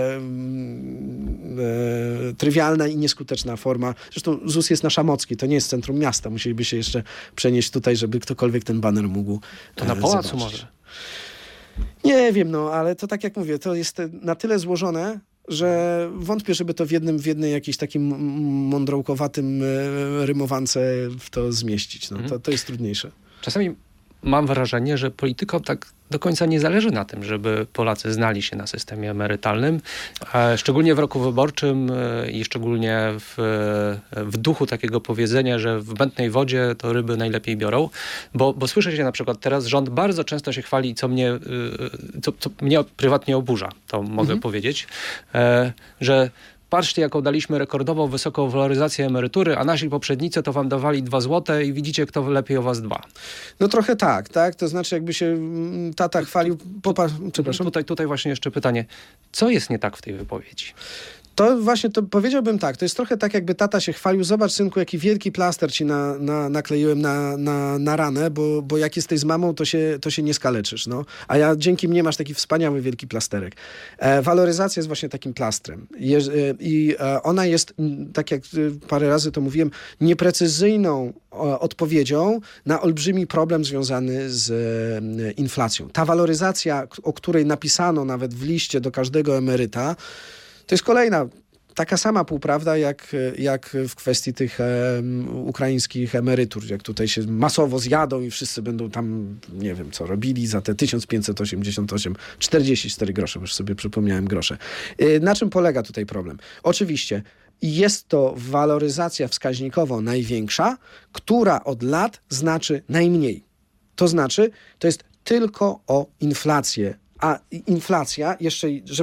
trywialna i nieskuteczna forma. Zresztą ZUS jest na Szamockiej, to nie jest centrum miasta. Musieliby się jeszcze przenieść tutaj, żeby ktokolwiek ten baner mógł To na pałacu zobaczyć. może. Nie wiem, ale to tak jak mówię, to jest na tyle złożone, że wątpię, żeby to w jednej jakiejś takim mądrołkowatym rymowance w to zmieścić. No, to jest trudniejsze. Czasami mam wrażenie, że politykom tak do końca nie zależy na tym, żeby Polacy znali się na systemie emerytalnym. Szczególnie w roku wyborczym i szczególnie w duchu takiego powiedzenia, że w mętnej wodzie to ryby najlepiej biorą. Bo słyszę się na przykład teraz, rząd bardzo często się chwali, co mnie prywatnie oburza, to mogę powiedzieć, że patrzcie, jaką daliśmy rekordową wysoką waloryzację emerytury, a nasi poprzednicy to wam dawali 2 złote i widzicie, kto lepiej o was dba. No trochę tak? To znaczy jakby się tata chwalił... Przepraszam. Tutaj właśnie jeszcze pytanie. Co jest nie tak w tej wypowiedzi? To właśnie, to powiedziałbym tak, to jest trochę tak, jakby tata się chwalił, zobacz synku, jaki wielki plaster ci nakleiłem na ranę, bo jak jesteś z mamą, to się nie skaleczysz, no. A ja dzięki mnie masz taki wspaniały wielki plasterek. Waloryzacja jest właśnie takim plastrem. I ona jest, tak jak parę razy to mówiłem, nieprecyzyjną odpowiedzią na olbrzymi problem związany z inflacją. Ta waloryzacja, o której napisano nawet w liście do każdego emeryta, to jest kolejna taka sama półprawda jak w kwestii tych ukraińskich emerytur, jak tutaj się masowo zjadą i wszyscy będą tam, nie wiem co robili za te 1588, 44 grosze, już sobie przypomniałem grosze. Na czym polega tutaj problem? Oczywiście jest to waloryzacja wskaźnikowo największa, która od lat znaczy najmniej. To znaczy, to jest tylko o inflację. A inflacja, jeszcze,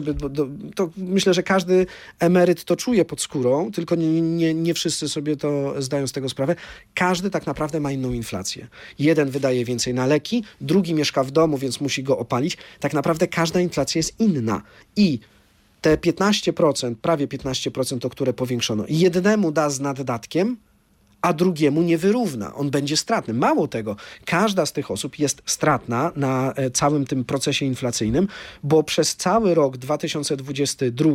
to myślę, że każdy emeryt to czuje pod skórą, tylko nie wszyscy sobie to zdają z tego sprawę. Każdy tak naprawdę ma inną inflację. Jeden wydaje więcej na leki, drugi mieszka w domu, więc musi go opalić. Tak naprawdę każda inflacja jest inna. I te 15%, prawie 15%, o które powiększono, jednemu da z naddatkiem, a drugiemu nie wyrówna. On będzie stratny. Mało tego, każda z tych osób jest stratna na całym tym procesie inflacyjnym, bo przez cały rok 2022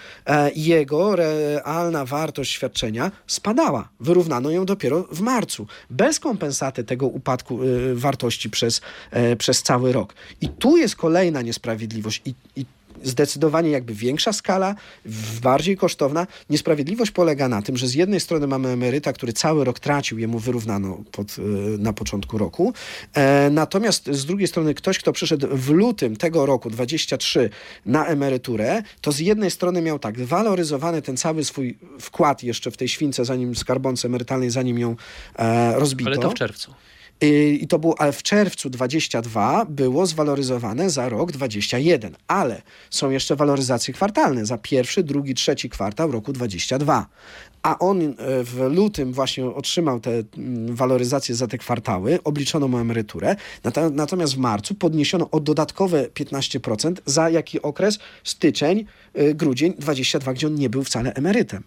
jego realna wartość świadczenia spadała. Wyrównano ją dopiero w marcu. Bez kompensaty tego upadku wartości przez cały rok. I tu jest kolejna niesprawiedliwość i zdecydowanie jakby większa skala, bardziej kosztowna. Niesprawiedliwość polega na tym, że z jednej strony mamy emeryta, który cały rok tracił, jemu wyrównano na początku roku. Natomiast z drugiej strony ktoś, kto przyszedł w lutym tego roku 23 na emeryturę, to z jednej strony miał tak waloryzowany ten cały swój wkład jeszcze w tej śwince, zanim skarbonce emerytalnej, zanim ją rozbito. Ale to w czerwcu. I to było, ale w czerwcu 22 było zwaloryzowane za rok 21, ale są jeszcze waloryzacje kwartalne za pierwszy, drugi, trzeci kwartał roku 22. A on w lutym właśnie otrzymał te waloryzacje za te kwartały, obliczono mu emeryturę, natomiast w marcu podniesiono o dodatkowe 15% za jaki okres? Styczeń, grudzień 22, gdzie on nie był wcale emerytem.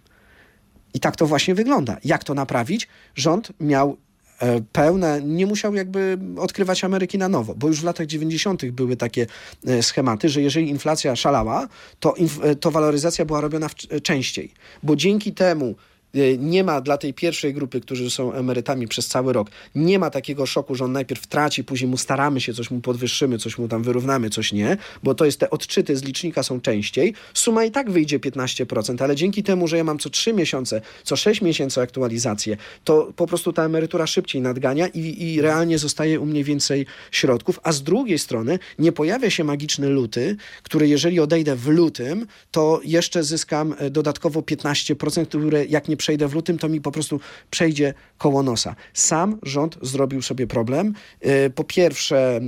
I tak to właśnie wygląda. Jak to naprawić? Rząd miał nie musiał jakby odkrywać Ameryki na nowo, bo już w latach 90. były takie schematy, że jeżeli inflacja szalała, to waloryzacja była robiona częściej, bo dzięki temu nie ma dla tej pierwszej grupy, którzy są emerytami przez cały rok, nie ma takiego szoku, że on najpierw traci, później mu staramy się, coś mu podwyższymy, coś mu tam wyrównamy, coś nie, bo to jest te odczyty z licznika są częściej. Suma i tak wyjdzie 15%, ale dzięki temu, że ja mam co 3 miesiące, co 6 miesięcy aktualizację, to po prostu ta emerytura szybciej nadgania i realnie zostaje u mnie więcej środków, a z drugiej strony nie pojawia się magiczny luty, który jeżeli odejdę w lutym, to jeszcze zyskam dodatkowo 15%, które jak nie przejdę w lutym, to mi po prostu przejdzie koło nosa. Sam rząd zrobił sobie problem. Po pierwsze,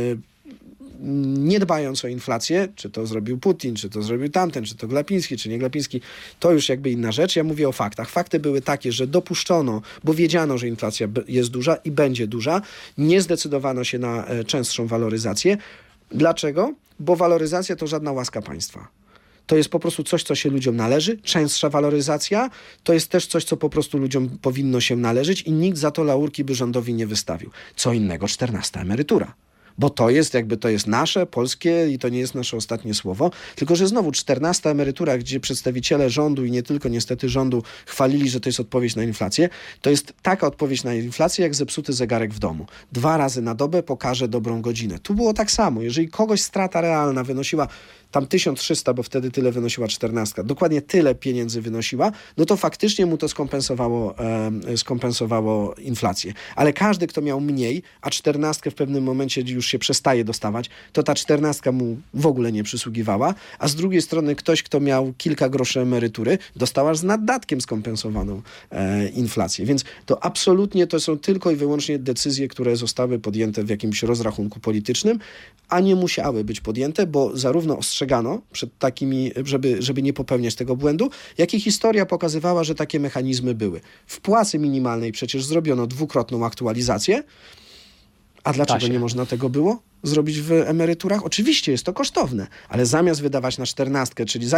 nie dbając o inflację, czy to zrobił Putin, czy to zrobił tamten, czy to Glapiński, czy nie Glapiński, to już jakby inna rzecz. Ja mówię o faktach. Fakty były takie, że dopuszczono, bo wiedziano, że inflacja jest duża i będzie duża. Nie zdecydowano się na częstszą waloryzację. Dlaczego? Bo waloryzacja to żadna łaska państwa. To jest po prostu coś, co się ludziom należy. Częstsza waloryzacja to jest też coś, co po prostu ludziom powinno się należeć i nikt za to laurki by rządowi nie wystawił. Co innego 14. emerytura. Bo to jest nasze, polskie i to nie jest nasze ostatnie słowo. Tylko, że znowu 14. emerytura, gdzie przedstawiciele rządu i nie tylko niestety rządu chwalili, że to jest odpowiedź na inflację, to jest taka odpowiedź na inflację, jak zepsuty zegarek w domu. 2 razy na dobę pokaże dobrą godzinę. Tu było tak samo. Jeżeli kogoś strata realna wynosiła tam 1300, bo wtedy tyle wynosiła 14, dokładnie tyle pieniędzy wynosiła, no to faktycznie mu to skompensowało inflację. Ale każdy, kto miał mniej, a 14 w pewnym momencie już się przestaje dostawać, to ta 14 mu w ogóle nie przysługiwała, a z drugiej strony ktoś, kto miał kilka groszy emerytury, dostał aż z naddatkiem skompensowaną inflację. Więc to absolutnie to są tylko i wyłącznie decyzje, które zostały podjęte w jakimś rozrachunku politycznym, a nie musiały być podjęte, bo zarówno ostrzegano przed takimi, żeby nie popełniać tego błędu, jak i historia pokazywała, że takie mechanizmy były. W płacy minimalnej przecież zrobiono 2-krotną aktualizację, a dlaczego nie można tego było zrobić w emeryturach? Oczywiście jest to kosztowne, ale zamiast wydawać na 14, czyli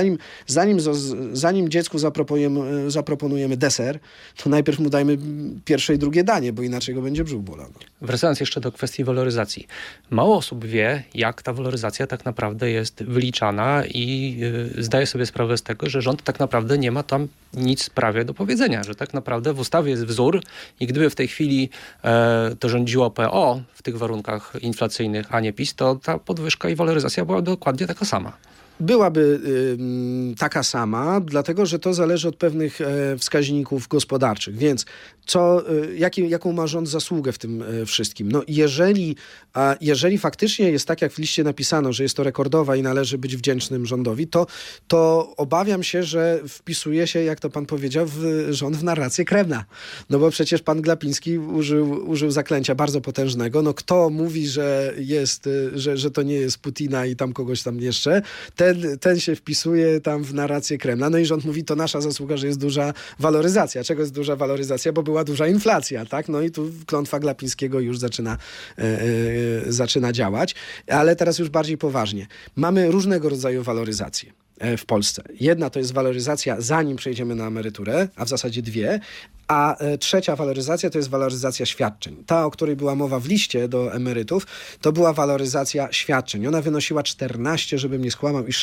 zanim dziecku zaproponujemy deser, to najpierw mu dajmy pierwsze i drugie danie, bo inaczej go będzie brzuch bolał. Wracając jeszcze do kwestii waloryzacji. Mało osób wie, jak ta waloryzacja tak naprawdę jest wyliczana i zdaje sobie sprawę z tego, że rząd tak naprawdę nie ma tam nic prawie do powiedzenia, że tak naprawdę w ustawie jest wzór i gdyby w tej chwili to rządziło PO w tych warunkach inflacyjnych, a nie PiS, to ta podwyżka i waloryzacja była dokładnie taka sama. byłaby taka sama, dlatego że to zależy od pewnych wskaźników gospodarczych. Więc jaką ma rząd zasługę w tym wszystkim? No, jeżeli faktycznie jest tak, jak w liście napisano, że jest to rekordowa i należy być wdzięcznym rządowi, to obawiam się, że wpisuje się, jak to pan powiedział, rząd w narrację Kremla. No bo przecież pan Glapiński użył zaklęcia bardzo potężnego. No kto mówi, że to nie jest Putina i tam kogoś tam jeszcze, ten się wpisuje tam w narrację Kremla. No i rząd mówi, to nasza zasługa, że jest duża waloryzacja. Czego jest duża waloryzacja? Bo była duża inflacja, tak? No i tu klątwa Glapińskiego już zaczyna działać. Ale teraz już bardziej poważnie. Mamy różnego rodzaju waloryzacje w Polsce. Jedna to jest waloryzacja, zanim przejdziemy na emeryturę, a w zasadzie dwie, a trzecia waloryzacja to jest waloryzacja świadczeń. Ta, o której była mowa w liście do emerytów, to była waloryzacja świadczeń. Ona wynosiła 14, żebym nie skłamał, i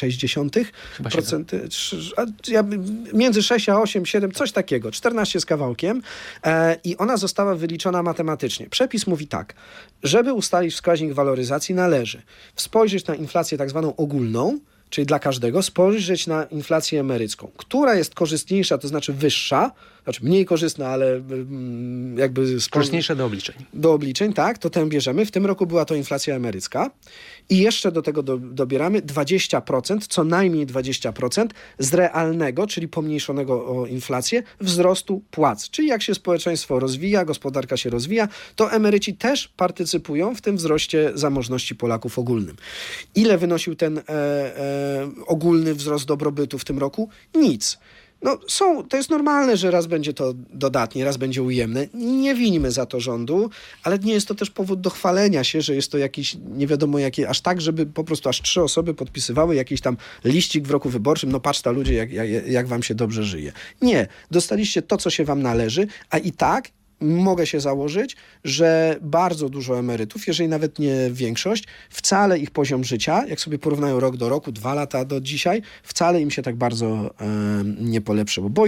60%. Między 6 a 8, 7, coś takiego. 14 z kawałkiem. I ona została wyliczona matematycznie. Przepis mówi tak, żeby ustalić wskaźnik waloryzacji, należy spojrzeć na inflację tak zwaną ogólną, czyli dla każdego, spojrzeć na inflację emerycką, która jest korzystniejsza, to znaczy wyższa, znaczy mniej korzystna, ale jakby... Korzystniejsze do obliczeń. Do obliczeń, tak, to tę bierzemy. W tym roku była to inflacja emerycka i jeszcze do tego dobieramy 20%, co najmniej 20% z realnego, czyli pomniejszonego o inflację, wzrostu płac. Czyli jak się społeczeństwo rozwija, gospodarka się rozwija, to emeryci też partycypują w tym wzroście zamożności Polaków ogólnym. Ile wynosił ten ogólny wzrost dobrobytu w tym roku? Nic. No, to jest normalne, że raz będzie to dodatnie, raz będzie ujemne. Nie winimy za to rządu, ale nie jest to też powód do chwalenia się, że jest to jakiś nie wiadomo jakie, aż tak, żeby po prostu aż 3 osoby podpisywały jakiś tam liścik w roku wyborczym. No patrz, ludzie, jak wam się dobrze żyje. Nie. Dostaliście to, co się wam należy, a i tak mogę się założyć, że bardzo dużo emerytów, jeżeli nawet nie większość, wcale ich poziom życia, jak sobie porównają rok do roku, 2 lata do dzisiaj, wcale im się tak bardzo nie polepszyło. Bo i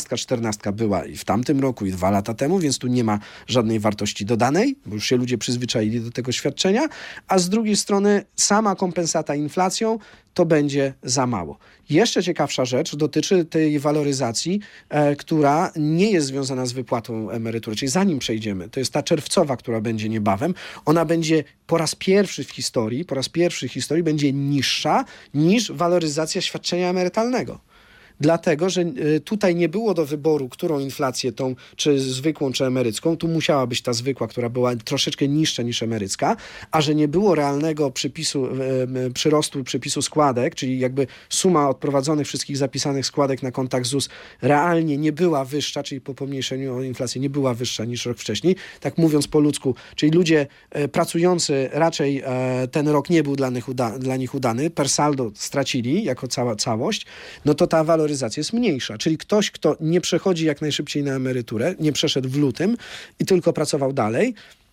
14 była i w tamtym roku, i 2 lata temu, więc tu nie ma żadnej wartości dodanej, bo już się ludzie przyzwyczaili do tego świadczenia, a z drugiej strony sama kompensata inflacją to będzie za mało. Jeszcze ciekawsza rzecz dotyczy tej waloryzacji, która nie jest związana z wypłatą emerytury, czyli zanim przejdziemy, to jest ta czerwcowa, która będzie niebawem, ona będzie po raz pierwszy w historii będzie niższa niż waloryzacja świadczenia emerytalnego. Dlatego, że tutaj nie było do wyboru, którą inflację tą, czy zwykłą, czy emerycką. Tu musiała być ta zwykła, która była troszeczkę niższa niż emerycka, a że nie było realnego przyrostu przypisu składek, czyli jakby suma odprowadzonych wszystkich zapisanych składek na kontach ZUS realnie nie była wyższa, czyli po pomniejszeniu o inflację nie była wyższa niż rok wcześniej. Tak mówiąc po ludzku, czyli ludzie pracujący raczej ten rok nie był dla nich udany, per saldo stracili jako cała całość, no to ta waloryzacja jest mniejsza. Czyli ktoś, kto nie przechodzi jak najszybciej na emeryturę, nie przeszedł w lutym i tylko pracował dalej,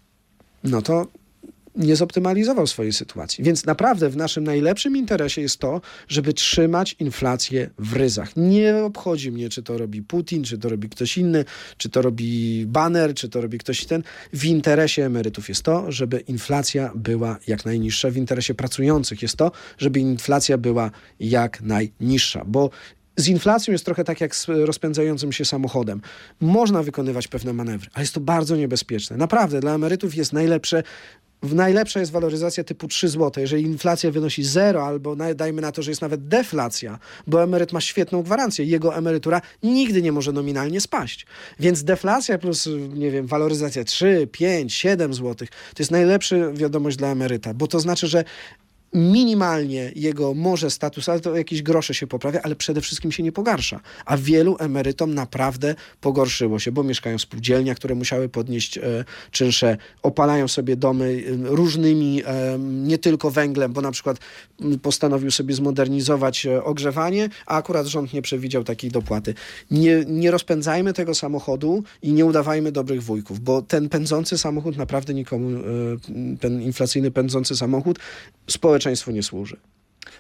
no to nie zoptymalizował swojej sytuacji. Więc naprawdę w naszym najlepszym interesie jest to, żeby trzymać inflację w ryzach. Nie obchodzi mnie, czy to robi Putin, czy to robi ktoś inny, czy to robi Banner, czy to robi ktoś ten. W interesie emerytów jest to, żeby inflacja była jak najniższa. W interesie pracujących jest to, żeby inflacja była jak najniższa. Bo z inflacją jest trochę tak jak z rozpędzającym się samochodem. Można wykonywać pewne manewry, ale jest to bardzo niebezpieczne. Naprawdę, dla emerytów jest najlepsza jest waloryzacja typu 3 zł. Jeżeli inflacja wynosi 0 albo dajmy na to, że jest nawet deflacja, bo emeryt ma świetną gwarancję, jego emerytura nigdy nie może nominalnie spaść. Więc deflacja plus, nie wiem, waloryzacja 3, 5, 7 zł to jest najlepsza wiadomość dla emeryta, bo to znaczy, że minimalnie jego może status, ale to jakieś grosze się poprawia, ale przede wszystkim się nie pogarsza. A wielu emerytom naprawdę pogorszyło się, bo mieszkają w spółdzielniach, które musiały podnieść czynsze, opalają sobie domy różnymi, nie tylko węglem, bo na przykład postanowił sobie zmodernizować ogrzewanie, a akurat rząd nie przewidział takiej dopłaty. Nie rozpędzajmy tego samochodu i nie udawajmy dobrych wujków, bo ten pędzący samochód naprawdę nikomu, ten inflacyjny pędzący samochód społeczeństwu nie służy.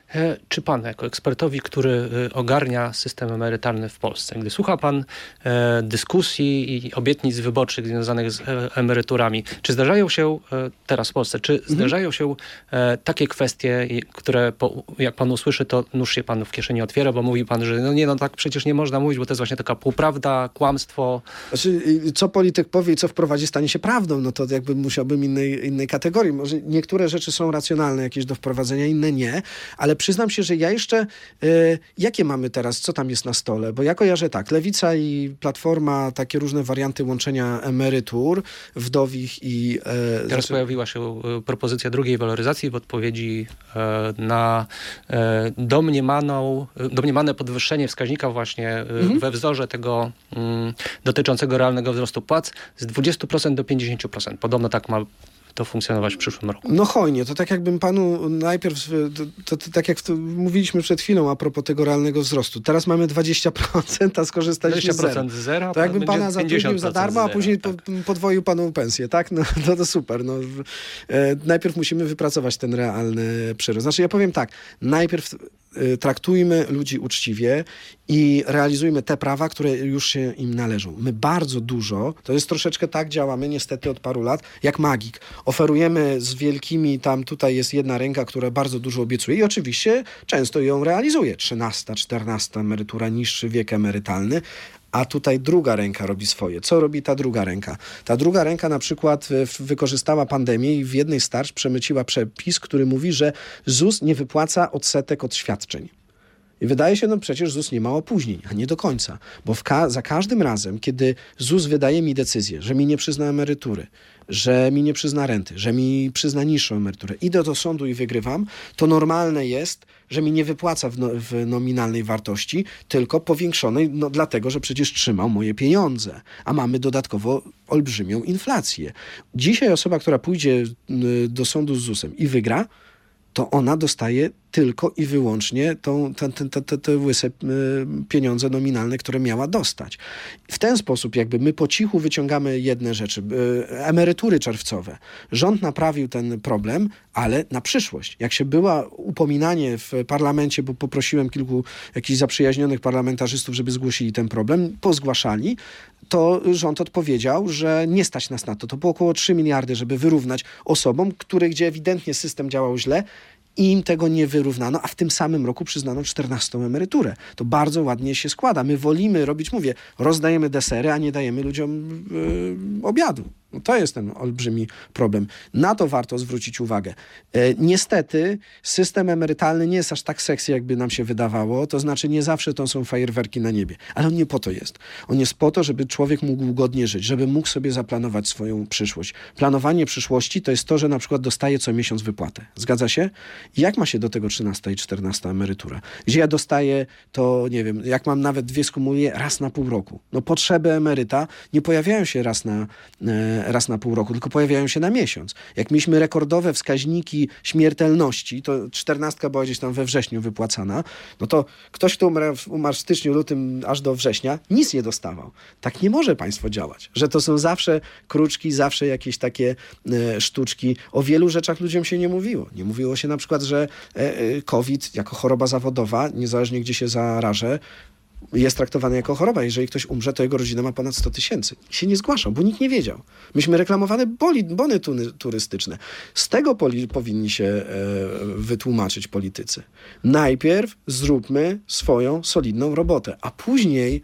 Czy pan, jako ekspertowi, który ogarnia system emerytalny w Polsce, gdy słucha pan dyskusji i obietnic wyborczych związanych z emeryturami, czy zdarzają się teraz w Polsce, czy zdarzają się takie kwestie, które jak pan usłyszy, to nóż się panu w kieszeni otwiera, bo mówi pan, że tak przecież nie można mówić, bo to jest właśnie taka półprawda, kłamstwo. Znaczy, co polityk powie i co wprowadzi, stanie się prawdą, no to jakby musiałbym innej kategorii. Może niektóre rzeczy są racjonalne jakieś do wprowadzenia, inne nie, ale przyznam się, że ja jeszcze... jakie mamy teraz, co tam jest na stole? Bo ja kojarzę tak, Lewica i Platforma, takie różne warianty łączenia emerytur, wdowich i... Teraz pojawiła się propozycja drugiej waloryzacji w odpowiedzi na domniemane podwyższenie wskaźnika właśnie we wzorze tego dotyczącego realnego wzrostu płac z 20% do 50%. Podobno tak ma to funkcjonować w przyszłym roku. No hojnie, to tak jakbym panu najpierw, to tak jak mówiliśmy przed chwilą a propos tego realnego wzrostu. Teraz mamy 20%, a skorzystaliśmy z 20% z zera. To jakbym pana zatrudnił za darmo, a później podwoił panu pensję, tak? No to super. No. Najpierw musimy wypracować ten realny przyrost. Znaczy ja powiem tak, najpierw traktujmy ludzi uczciwie i realizujmy te prawa, które już się im należą. My bardzo dużo, to jest troszeczkę tak, działamy niestety od paru lat, jak magik. Oferujemy z wielkimi, tutaj jest jedna ręka, która bardzo dużo obiecuje i oczywiście często ją realizuje. 13, 14 emerytura, niższy wiek emerytalny, a tutaj druga ręka robi swoje. Co robi ta druga ręka? Ta druga ręka na przykład wykorzystała pandemię i w jednej z tarcz przemyciła przepis, który mówi, że ZUS nie wypłaca odsetek od świadczeń. I wydaje się, przecież ZUS nie ma opóźnień, a nie do końca. Bo za każdym razem, kiedy ZUS wydaje mi decyzję, że mi nie przyzna emerytury, że mi nie przyzna renty, że mi przyzna niższą emeryturę, idę do sądu i wygrywam, to normalne jest, że mi nie wypłaca w nominalnej wartości, tylko powiększonej, dlatego, że przecież trzymał moje pieniądze, a mamy dodatkowo olbrzymią inflację. Dzisiaj osoba, która pójdzie do sądu z ZUS-em i wygra, to ona dostaje tylko i wyłącznie te łyse pieniądze nominalne, które miała dostać. W ten sposób jakby my po cichu wyciągamy jedne rzeczy. Emerytury czerwcowe. Rząd naprawił ten problem, ale na przyszłość. Jak się była upominanie w parlamencie, bo poprosiłem kilku jakichś zaprzyjaźnionych parlamentarzystów, żeby zgłosili ten problem, pozgłaszali, to rząd odpowiedział, że nie stać nas na to. To było około 3 miliardy, żeby wyrównać osobom, gdzie ewidentnie system działał źle, i im tego nie wyrównano, a w tym samym roku przyznano 14 emeryturę. To bardzo ładnie się składa. My wolimy robić, rozdajemy desery, a nie dajemy ludziom obiadu. No to jest ten olbrzymi problem. Na to warto zwrócić uwagę. Niestety system emerytalny nie jest aż tak sexy, jakby nam się wydawało. To znaczy nie zawsze to są fajerwerki na niebie. Ale on nie po to jest. On jest po to, żeby człowiek mógł godnie żyć, żeby mógł sobie zaplanować swoją przyszłość. Planowanie przyszłości to jest to, że na przykład dostaje co miesiąc wypłatę. Zgadza się? Jak ma się do tego 13 i 14 emerytura? Gdzie ja dostaję to, nie wiem, jak mam nawet 2 skumuluję raz na pół roku. Potrzeby emeryta nie pojawiają się raz na pół roku, tylko pojawiają się na miesiąc. Jak mieliśmy rekordowe wskaźniki śmiertelności, to 14 była gdzieś tam we wrześniu wypłacana, no to ktoś, kto umarł w styczniu, lutym, aż do września, nic nie dostawał. Tak nie może państwo działać. Że to są zawsze kruczki, zawsze jakieś takie sztuczki. O wielu rzeczach ludziom się nie mówiło. Nie mówiło się na przykład, że COVID jako choroba zawodowa, niezależnie gdzie się zarażę, jest traktowany jako choroba. Jeżeli ktoś umrze, to jego rodzina ma ponad 100 000. Się nie zgłaszał, bo nikt nie wiedział. Myśmy reklamowane bony turystyczne. Z tego powinni się wytłumaczyć politycy. Najpierw zróbmy swoją solidną robotę, a później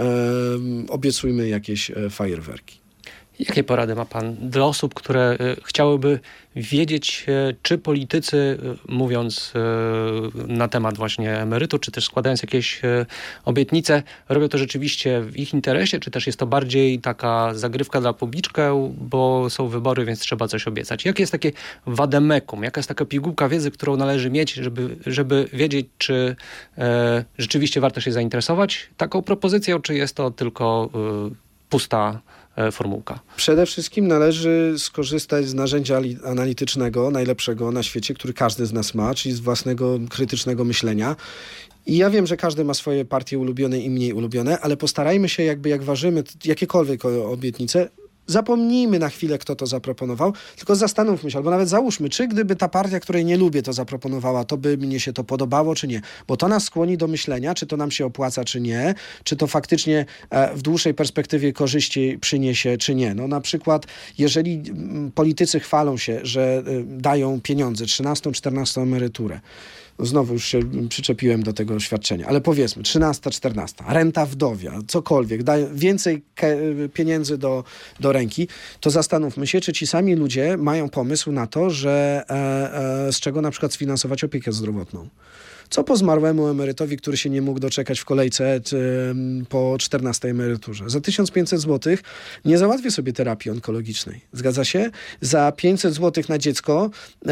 obiecujmy jakieś fajerwerki. Jakie porady ma pan dla osób, które chciałyby wiedzieć, czy politycy, mówiąc na temat właśnie emerytur, czy też składając jakieś obietnice, robią to rzeczywiście w ich interesie, czy też jest to bardziej taka zagrywka dla publiczkę, bo są wybory, więc trzeba coś obiecać. Jakie jest takie wademekum, jaka jest taka pigułka wiedzy, którą należy mieć, żeby wiedzieć, czy rzeczywiście warto się zainteresować taką propozycją, czy jest to tylko pusta formułka? Przede wszystkim należy skorzystać z narzędzia analitycznego, najlepszego na świecie, który każdy z nas ma, czyli z własnego krytycznego myślenia. I ja wiem, że każdy ma swoje partie ulubione i mniej ulubione, ale postarajmy się jak ważymy jakiekolwiek obietnice, zapomnijmy na chwilę, kto to zaproponował, tylko zastanówmy się, albo nawet załóżmy, czy gdyby ta partia, której nie lubię, to zaproponowała, to by mnie się to podobało, czy nie. Bo to nas skłoni do myślenia, czy to nam się opłaca, czy nie, czy to faktycznie w dłuższej perspektywie korzyści przyniesie, czy nie. No na przykład, jeżeli politycy chwalą się, że dają pieniądze, 13, 14 emeryturę, znowu już się przyczepiłem do tego świadczenia, ale powiedzmy 13, 14, renta wdowia, cokolwiek, daje więcej pieniędzy do ręki, to zastanówmy się, czy ci sami ludzie mają pomysł na to, że z czego na przykład sfinansować opiekę zdrowotną. Co po zmarłemu emerytowi, który się nie mógł doczekać w kolejce po 14 emeryturze? Za 1500 zł nie załatwię sobie terapii onkologicznej. Zgadza się? Za 500 zł na dziecko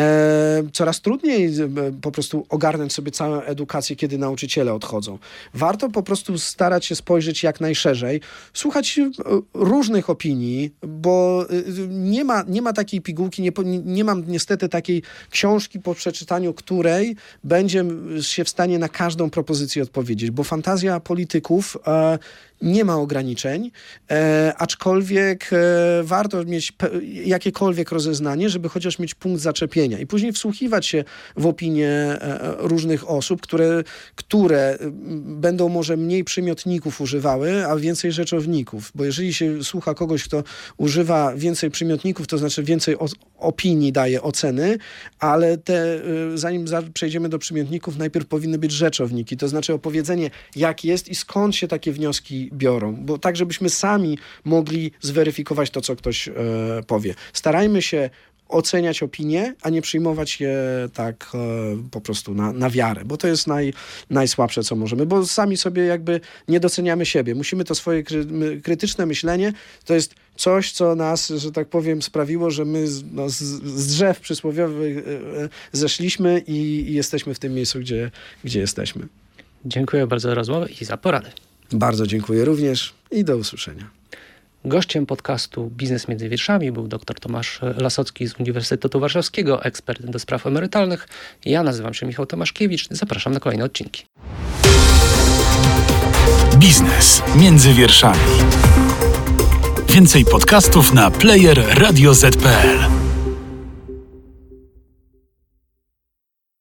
coraz trudniej po prostu ogarnąć sobie całą edukację, kiedy nauczyciele odchodzą. Warto po prostu starać się spojrzeć jak najszerzej, słuchać różnych opinii, bo nie ma takiej pigułki, nie mam niestety takiej książki, po przeczytaniu której będzie się w stanie na każdą propozycję odpowiedzieć, bo fantazja polityków nie ma ograniczeń, aczkolwiek warto mieć jakiekolwiek rozeznanie, żeby chociaż mieć punkt zaczepienia i później wsłuchiwać się w opinie różnych osób, które będą może mniej przymiotników używały, a więcej rzeczowników, bo jeżeli się słucha kogoś, kto używa więcej przymiotników, to znaczy więcej opinii daje, oceny, ale zanim przejdziemy do przymiotników, najpierw powinny być rzeczowniki, to znaczy opowiedzenie, jak jest i skąd się takie wnioski biorą, bo tak, żebyśmy sami mogli zweryfikować to, co ktoś powie. Starajmy się oceniać opinie, a nie przyjmować je tak po prostu na wiarę, bo to jest najsłabsze, co możemy, bo sami sobie jakby nie doceniamy siebie. Musimy to swoje krytyczne myślenie, to jest coś, co nas, że tak powiem, sprawiło, że my z drzew przysłowiowych zeszliśmy i jesteśmy w tym miejscu, gdzie jesteśmy. Dziękuję bardzo za rozmowę i za poradę. Bardzo dziękuję również i do usłyszenia. Gościem podcastu Biznes między wierszami był dr Tomasz Lasocki z Uniwersytetu Warszawskiego, ekspert do spraw emerytalnych. Ja nazywam się Michał Tomaszkiewicz. Zapraszam na kolejne odcinki. Biznes między wierszami. Więcej podcastów na player radioz.pl.